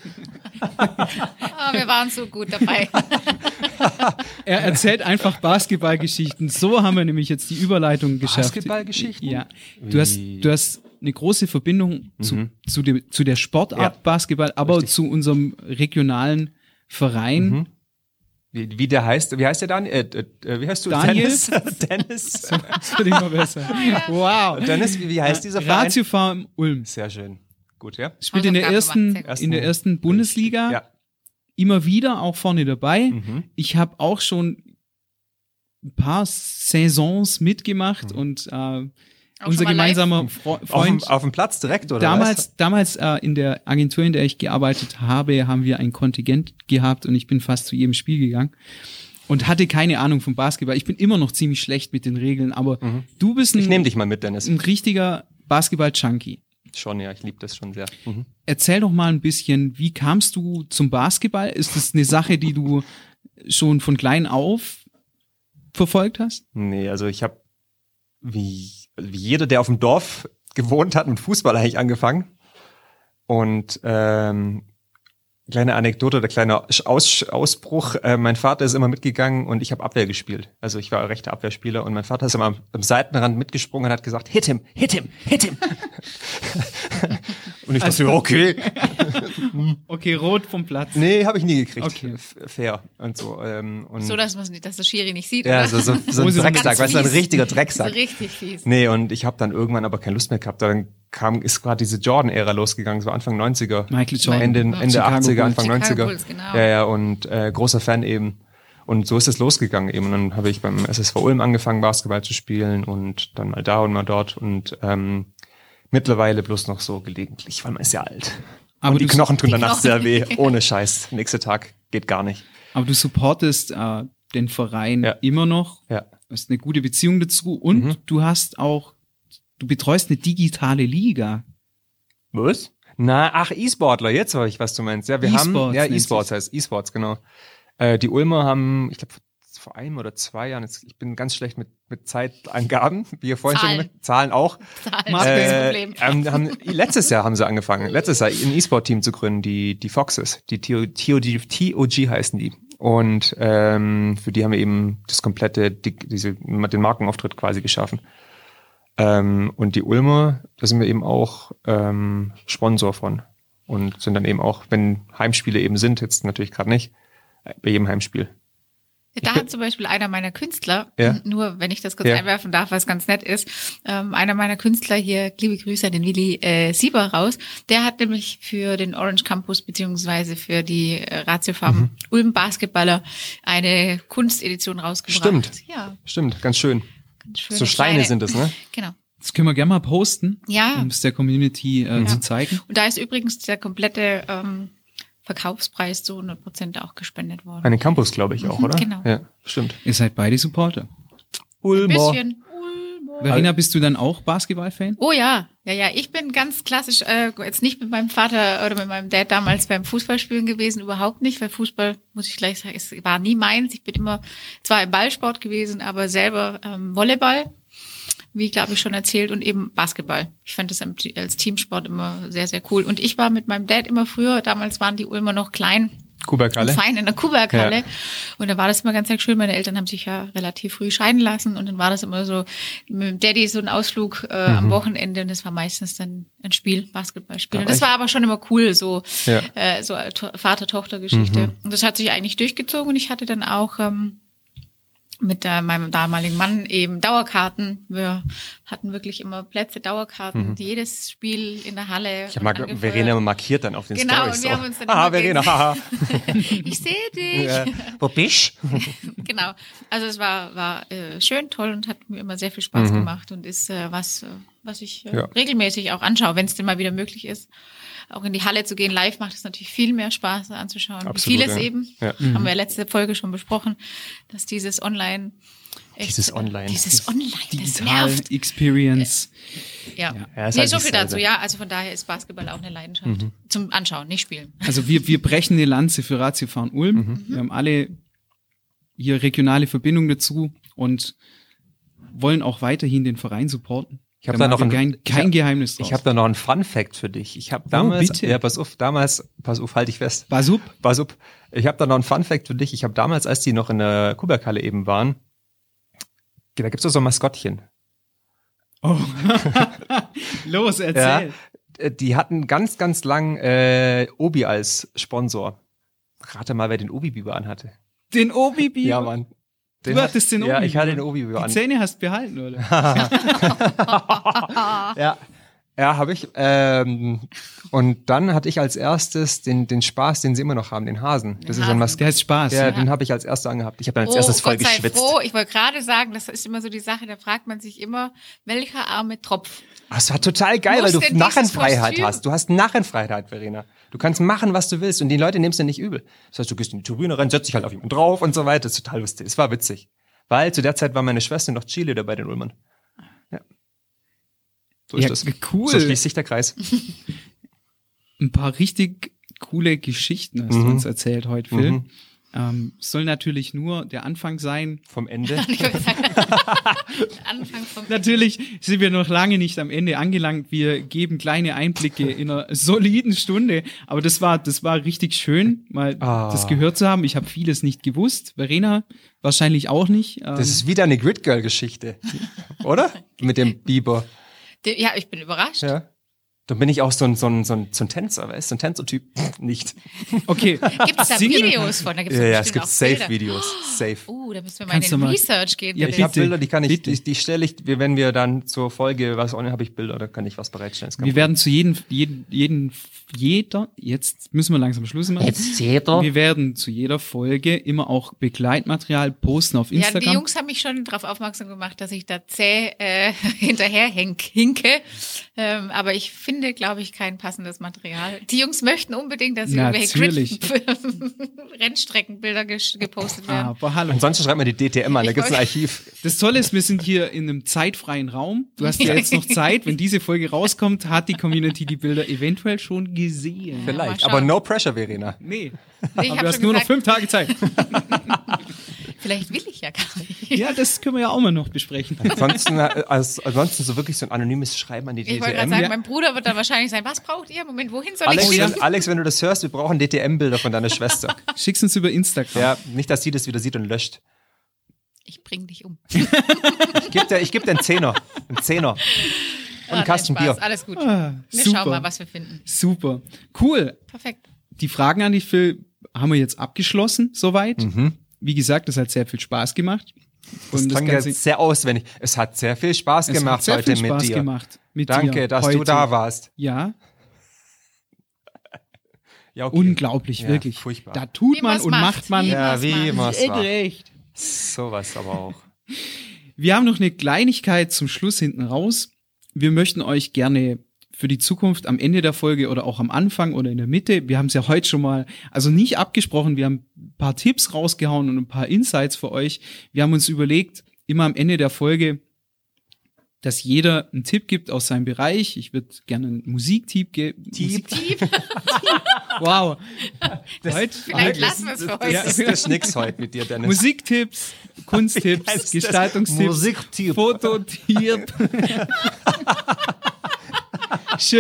Wir waren so gut dabei. Er erzählt einfach Basketballgeschichten. So haben wir nämlich jetzt die Überleitung geschafft. Basketballgeschichten? Ja. Du hast eine große Verbindung zu der Sportart Ja. Basketball, aber Richtig. zu unserem regionalen Verein. Wie der heißt? Wie heißt der Daniel? Wie heißt du? Daniel? Dennis? Dennis. Das wird immer besser. Wow. Dennis, wie heißt dieser Verein? Ratio Farm Ulm. Sehr schön. Gut, ja? Spielt in der Hausaufgaben gemacht, sehr gut. in der ersten Bundesliga. Ja. Immer wieder auch vorne dabei. Ich habe auch schon ein paar Saisons mitgemacht und unser schon mal gemeinsamer Freund Auf dem Platz direkt, oder was? damals in der Agentur, in der ich gearbeitet habe, haben wir ein Kontingent gehabt und ich bin fast zu jedem Spiel gegangen und hatte keine Ahnung vom Basketball. Ich bin immer noch ziemlich schlecht mit den Regeln, aber du bist Ich nehme dich mal mit, Dennis. ein richtiger Basketball-Junkie. Schon, ja, ich liebe das schon sehr. Erzähl doch mal ein bisschen, wie kamst du zum Basketball? Ist das eine Sache, die du schon von klein auf verfolgt hast? Nee, also ich habe wie jeder, der auf dem Dorf gewohnt hat, mit Fußball eigentlich angefangen. Und kleine Anekdote oder kleiner Ausbruch. Mein Vater ist immer mitgegangen und ich habe Abwehr gespielt. Also ich war ein rechter Abwehrspieler und mein Vater ist immer am Seitenrand mitgesprungen und hat gesagt, hit him, hit him, hit him. Und ich dachte, Also- okay. Okay, rot vom Platz. Nee, habe ich nie gekriegt. Okay. Fair und so. Und So, dass der Schiri nicht sieht, ja, oder? so ein Hose Drecksack, ganz weißt du, ein fies. richtiger So Drecksack. richtig fies. Nee, und ich habe dann irgendwann aber keine Lust mehr gehabt. Dann ist gerade diese Jordan-Ära losgegangen, so Anfang 90er. Michael Jordan. Ende Chicago 80er, Bulls. Anfang Chicago 90er. Bulls, genau. Ja, und großer Fan eben. Und so ist es losgegangen eben. Und dann habe ich beim SSV Ulm angefangen, Basketball zu spielen und dann mal da und mal dort. Und mittlerweile bloß noch so gelegentlich, weil man ist ja alt. Aber und die du- Knochen tun Die danach Knochen. sehr weh. Ohne Scheiß. Nächster Tag geht gar nicht. Aber du supportest den Verein Ja. immer noch. Ja. Du hast eine gute Beziehung dazu und du betreust eine digitale Liga. Was? E-Sportler, jetzt weiß ich, was du meinst. Ja, wir haben, E-Sports ja, nennt E-Sports sich's. heißt E-Sports, genau. Die Ulmer haben, ich glaube, vor 1 oder 2 Jahren, ich bin ganz schlecht mit Zeitangaben, wie ihr vorhin schon Zahlen. gesagt Zahlen auch. Das Problem. Letztes Jahr haben sie angefangen, ein E-Sport-Team zu gründen, die Foxes, die TOG heißen die. Und für die haben wir eben das komplette, den Markenauftritt quasi geschaffen. Und die Ulmer, da sind wir eben auch Sponsor von und sind dann eben auch, wenn Heimspiele eben sind, jetzt natürlich gerade nicht, bei jedem Heimspiel. Da hat zum Beispiel einer meiner Künstler, Ja. nur wenn ich das kurz Ja. einwerfen darf, was ganz nett ist, einer meiner Künstler hier, liebe Grüße an den Willi Sieber raus, der hat nämlich für den Orange Campus beziehungsweise für die Ratio Farm Ulm Basketballer eine Kunstedition rausgebracht. Stimmt. Ja, Stimmt, ganz schön. ganz schön. So Steine sind es, ne? Genau. Das können wir gerne mal posten, Ja. um es der Community zu zeigen. Und da ist übrigens der komplette Verkaufspreis zu 100% auch gespendet worden. An den Campus, glaube ich, auch, oder? Genau. Ja, stimmt. Ihr seid beide Supporter. Ein Ulmer. bisschen. Ulmer. Verena, bist du dann auch Basketball-Fan? Oh ja, ja. Ich bin ganz klassisch, jetzt nicht mit meinem Vater oder mit meinem Dad damals beim Fußballspielen gewesen, überhaupt nicht, weil Fußball, muss ich gleich sagen, es war nie meins. Ich bin immer zwar im Ballsport gewesen, aber selber Volleyball, wie glaube ich schon erzählt, und eben Basketball. Ich fand das als Teamsport immer sehr, sehr cool. Und ich war mit meinem Dad immer früher, damals waren die Ulmer noch klein, Kuberkalle. fein in der Kuberghalle. Ja. Und da war das immer ganz, ganz schön. Meine Eltern haben sich ja relativ früh scheiden lassen und dann war das immer so mit dem Daddy so ein Ausflug am Wochenende und das war meistens dann ein Spiel, Basketballspiel. Und das war aber schon immer cool, so so Vater-Tochter-Geschichte. Und das hat sich eigentlich durchgezogen und ich hatte dann auch mit meinem damaligen Mann eben Dauerkarten. Wir hatten wirklich immer Plätze, Dauerkarten, jedes Spiel in der Halle. Ich habe Verena markiert dann auf den Genau, Storys. und wir haben uns dann Haha, immer Verena, haha. Ich sehe dich. Ja. Wo bist du? Genau. Also es war schön, toll und hat mir immer sehr viel Spaß gemacht und ist was ich regelmäßig auch anschaue, wenn es denn mal wieder möglich ist. Auch in die Halle zu gehen, live macht es natürlich viel mehr Spaß anzuschauen. Absolut, Vieles ja. eben, Ja. haben wir letzte Folge schon besprochen, dass dieses Online Dieses Online. das Digital nervt. Experience. Ja. Ja, ist Nee, halt so viel dasselbe. dazu, ja. Also von daher ist Basketball auch eine Leidenschaft. Zum Anschauen, nicht spielen. Also wir brechen eine Lanze für Ratio Farm Ulm. Wir haben alle hier regionale Verbindungen dazu und wollen auch weiterhin den Verein supporten. Ich habe Da da noch machen wir kein Geheimnis draus. Ich habe da noch einen Fun-Fact für dich. Ich habe damals, bitte. pass auf, halt dich fest. Basup? Pass auf. Ich habe da noch einen Fun-Fact für dich. Ich habe damals, als die noch in der Kuberkalle eben waren, da gibt's doch so ein Maskottchen. Oh. Los, erzähl. Die hatten ganz, ganz lang Obi als Sponsor. Rate mal, wer den Obi-Biber anhatte. Den Obi-Biber. Ja, Mann. Du hattest den Ja, Obi-Biber. ich hatte den Obi-Biber Die an. Zähne hast behalten, oder? Ja, habe ich. Und dann hatte ich als erstes den Spaß, den sie immer noch haben, den Hasen. Das ist so ein Maskottchen. Der heißt Spaß. Ja, den habe ich als erster angehabt. Ich habe dann als erstes voll Gott sei geschwitzt. froh. Ich wollte gerade sagen, das ist immer so die Sache, da fragt man sich immer, welcher arme Tropf. Das war total geil, weil Muss du denn dieses Narrenfreiheit Kostüm? hast. Du hast Narrenfreiheit, Verena. Du kannst machen, was du willst und die Leute nehmen es dir nicht übel. Das heißt, du gehst in die Tribüne rein, setzt dich halt auf jemanden drauf und so weiter. Das ist total lustig. Es war witzig. Weil zu der Zeit war meine Schwester noch Cheerleader bei den Ulmern. Ja. So ist Ja, das. cool. So schließt sich der Kreis. Ein paar richtig coole Geschichten hast du uns erzählt heute, Phil. Soll natürlich nur der Anfang sein. Vom Ende. Ich wollte sagen, Anfang vom Natürlich sind wir noch lange nicht am Ende angelangt. Wir geben kleine Einblicke in einer soliden Stunde. Aber das war richtig schön, mal das gehört zu haben. Ich habe vieles nicht gewusst. Verena wahrscheinlich auch nicht. Das ist wieder eine Grid-Girl-Geschichte. Oder? Mit dem Biber. Ja, ich bin überrascht. Ja. Dann bin ich auch so ein Tänzer, weißt du? So ein Tänzertyp. Nicht. Okay. Gibt es da Singen- Videos von? Da gibt's Ja, ja, es gibt Safe-Videos. Safe. Da müssen wir mal Kannst du in den mal- Research gehen. Ja, Ich habe bitte, Bilder, die kann ich, bitte. die stelle ich, wenn wir dann zur Folge was online habe ich Bilder, da kann ich was bereitstellen. Ist kein Wir werden zu jeder, jetzt müssen wir langsam Schluss machen. Wir werden zu jeder Folge immer auch Begleitmaterial posten auf Ja, Instagram. die Jungs haben mich schon darauf aufmerksam gemacht, dass ich da zäh hinterher hinke. Aber ich finde, glaube ich, kein passendes Material. Die Jungs möchten unbedingt, dass Natürlich. Rennstreckenbilder gepostet werden. Aber hallo. Ansonsten schreibt mir die DTM an, da Ich gibt's ein wollte- Archiv. Das Tolle ist, wir sind hier in einem zeitfreien Raum. Du hast ja jetzt noch Zeit. Wenn diese Folge rauskommt, hat die Community die Bilder eventuell schon gesehen. Vielleicht, mal aber schauen. no pressure, Verena. Nee. Ich Aber hab du hast schon nur noch gesagt, 5 Tage Zeit. Vielleicht will ich ja gar nicht. Ja, das können wir ja auch mal noch besprechen. Ansonsten so wirklich so ein anonymes Schreiben an die Ich wollte gerade DTM. sagen, Ja. mein Bruder wird dann wahrscheinlich sein, was braucht ihr? Moment, wohin soll ich Alex, schicken? Alex, wenn du das hörst, wir brauchen DTM-Bilder von deiner Schwester. Schick's uns über Instagram. Ja, nicht, dass sie das wieder sieht und löscht. Ich bring dich um. Ich geb dir einen Zehner. Einen Zehner. Und einen Kasten nein, Spaß, Bier. alles gut. Ah, Wir super. schauen mal, was wir finden. Super. Cool. Perfekt. Die Fragen an dich, Phil, haben wir jetzt abgeschlossen, soweit. Wie gesagt, das hat sehr viel Spaß gemacht. Das Und klang jetzt sehr auswendig. Es hat sehr viel Spaß es gemacht hat sehr heute viel Spaß mit dir. gemacht mit Danke, dir dass heute. du da warst. Ja, Ja, okay. unglaublich, Ja, wirklich. furchtbar. Da tut Wie man man's und macht, macht man. wie Ja, man's wie macht. man's Echt war. recht. Sowas aber auch. Wir haben noch eine Kleinigkeit zum Schluss hinten raus. Wir möchten euch gerne für die Zukunft am Ende der Folge oder auch am Anfang oder in der Mitte, wir haben es ja heute schon mal, also nicht abgesprochen, wir haben ein paar Tipps rausgehauen und ein paar Insights für euch. Wir haben uns überlegt, immer am Ende der Folge, dass jeder einen Tipp gibt aus seinem Bereich. Ich würde gerne einen Musiktipp geben. Wow. Heute, Vielleicht lassen wir es für heute. Das ist nix heute mit dir, Dennis. Musiktipps, Kunsttipps, Wie heißt das? Gestaltungstipps, Musiktipp. Fototipp. Schön.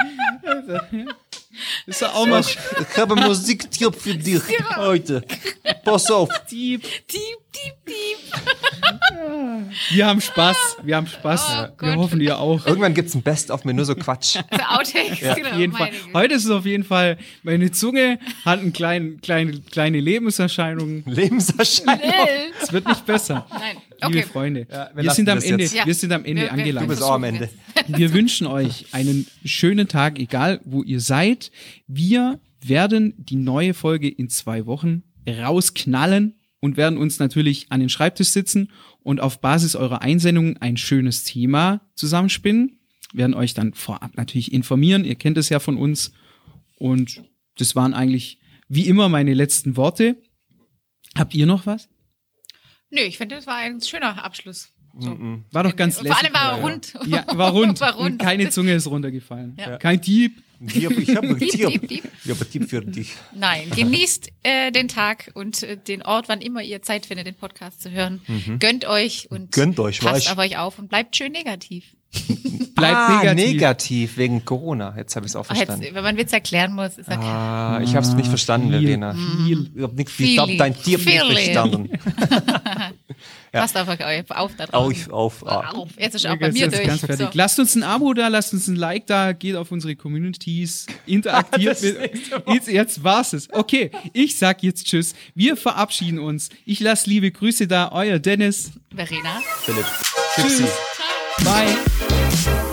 Das ist ja auch mal Ich habe einen Musiktipp für dich heute. Pass auf. Tipp. Dieb. Wir haben Spaß. Wir haben Spaß. Oh Wir Gott. hoffen, ihr auch. Irgendwann gibt's ein Best-of mit nur so Quatsch. Für Outtakes, genau. Auf jeden Fall. meine Güte. Heute ist es auf jeden Fall, meine Zunge hat eine kleine Lebenserscheinung. Lebenserscheinung. Es wird nicht besser. Nein, Liebe okay. Freunde, wir wir lassen sind am das Ende, jetzt. Ja. wir sind am Ende Wir angelangt. Du bist auch am Ende. Wir wünschen euch einen schönen Tag, egal wo ihr seid. Wir werden die neue Folge in 2 Wochen rausknallen und werden uns natürlich an den Schreibtisch sitzen und auf Basis eurer Einsendungen ein schönes Thema zusammenspinnen. Wir werden euch dann vorab natürlich informieren. Ihr kennt es ja von uns. Und das waren eigentlich wie immer meine letzten Worte. Habt ihr noch was? Nö, ich finde, das war ein schöner Abschluss. So. War doch ganz Und vor allem lässig. war er rund. Ja, war rund. War rund. Und keine Zunge ist runtergefallen. Ja. Kein Dieb. Ich habe einen Dieb, Tipp. dieb, dieb. Ich habe einen Tipp für dich. Nein, genießt den Tag und den Ort, wann immer ihr Zeit findet, den Podcast zu hören. Gönnt euch und Gönnt euch, passt weich. auf euch auf und bleibt schön negativ. Bleibt negativ wegen Corona. Jetzt habe ich es auch Ach, jetzt, verstanden. wenn man Witz erklären muss, ist er Ich habe es nicht verstanden, Verena. Viel. Ich habe nicht Viel. ich hab dein Tipp nicht Viel. verstanden. passt auf euch auf da draußen. Auf. Auf. Jetzt ist auch bei Jetzt mir ist durch. ganz fertig. So. Lasst uns ein Abo da, lasst uns ein Like da, geht auf unsere Communities, interagiert mit. Jetzt war's es. Okay, ich sag jetzt Tschüss. Wir verabschieden uns. Ich lasse liebe Grüße da, euer Dennis. Verena. Philipp. Tschüssi. Bye.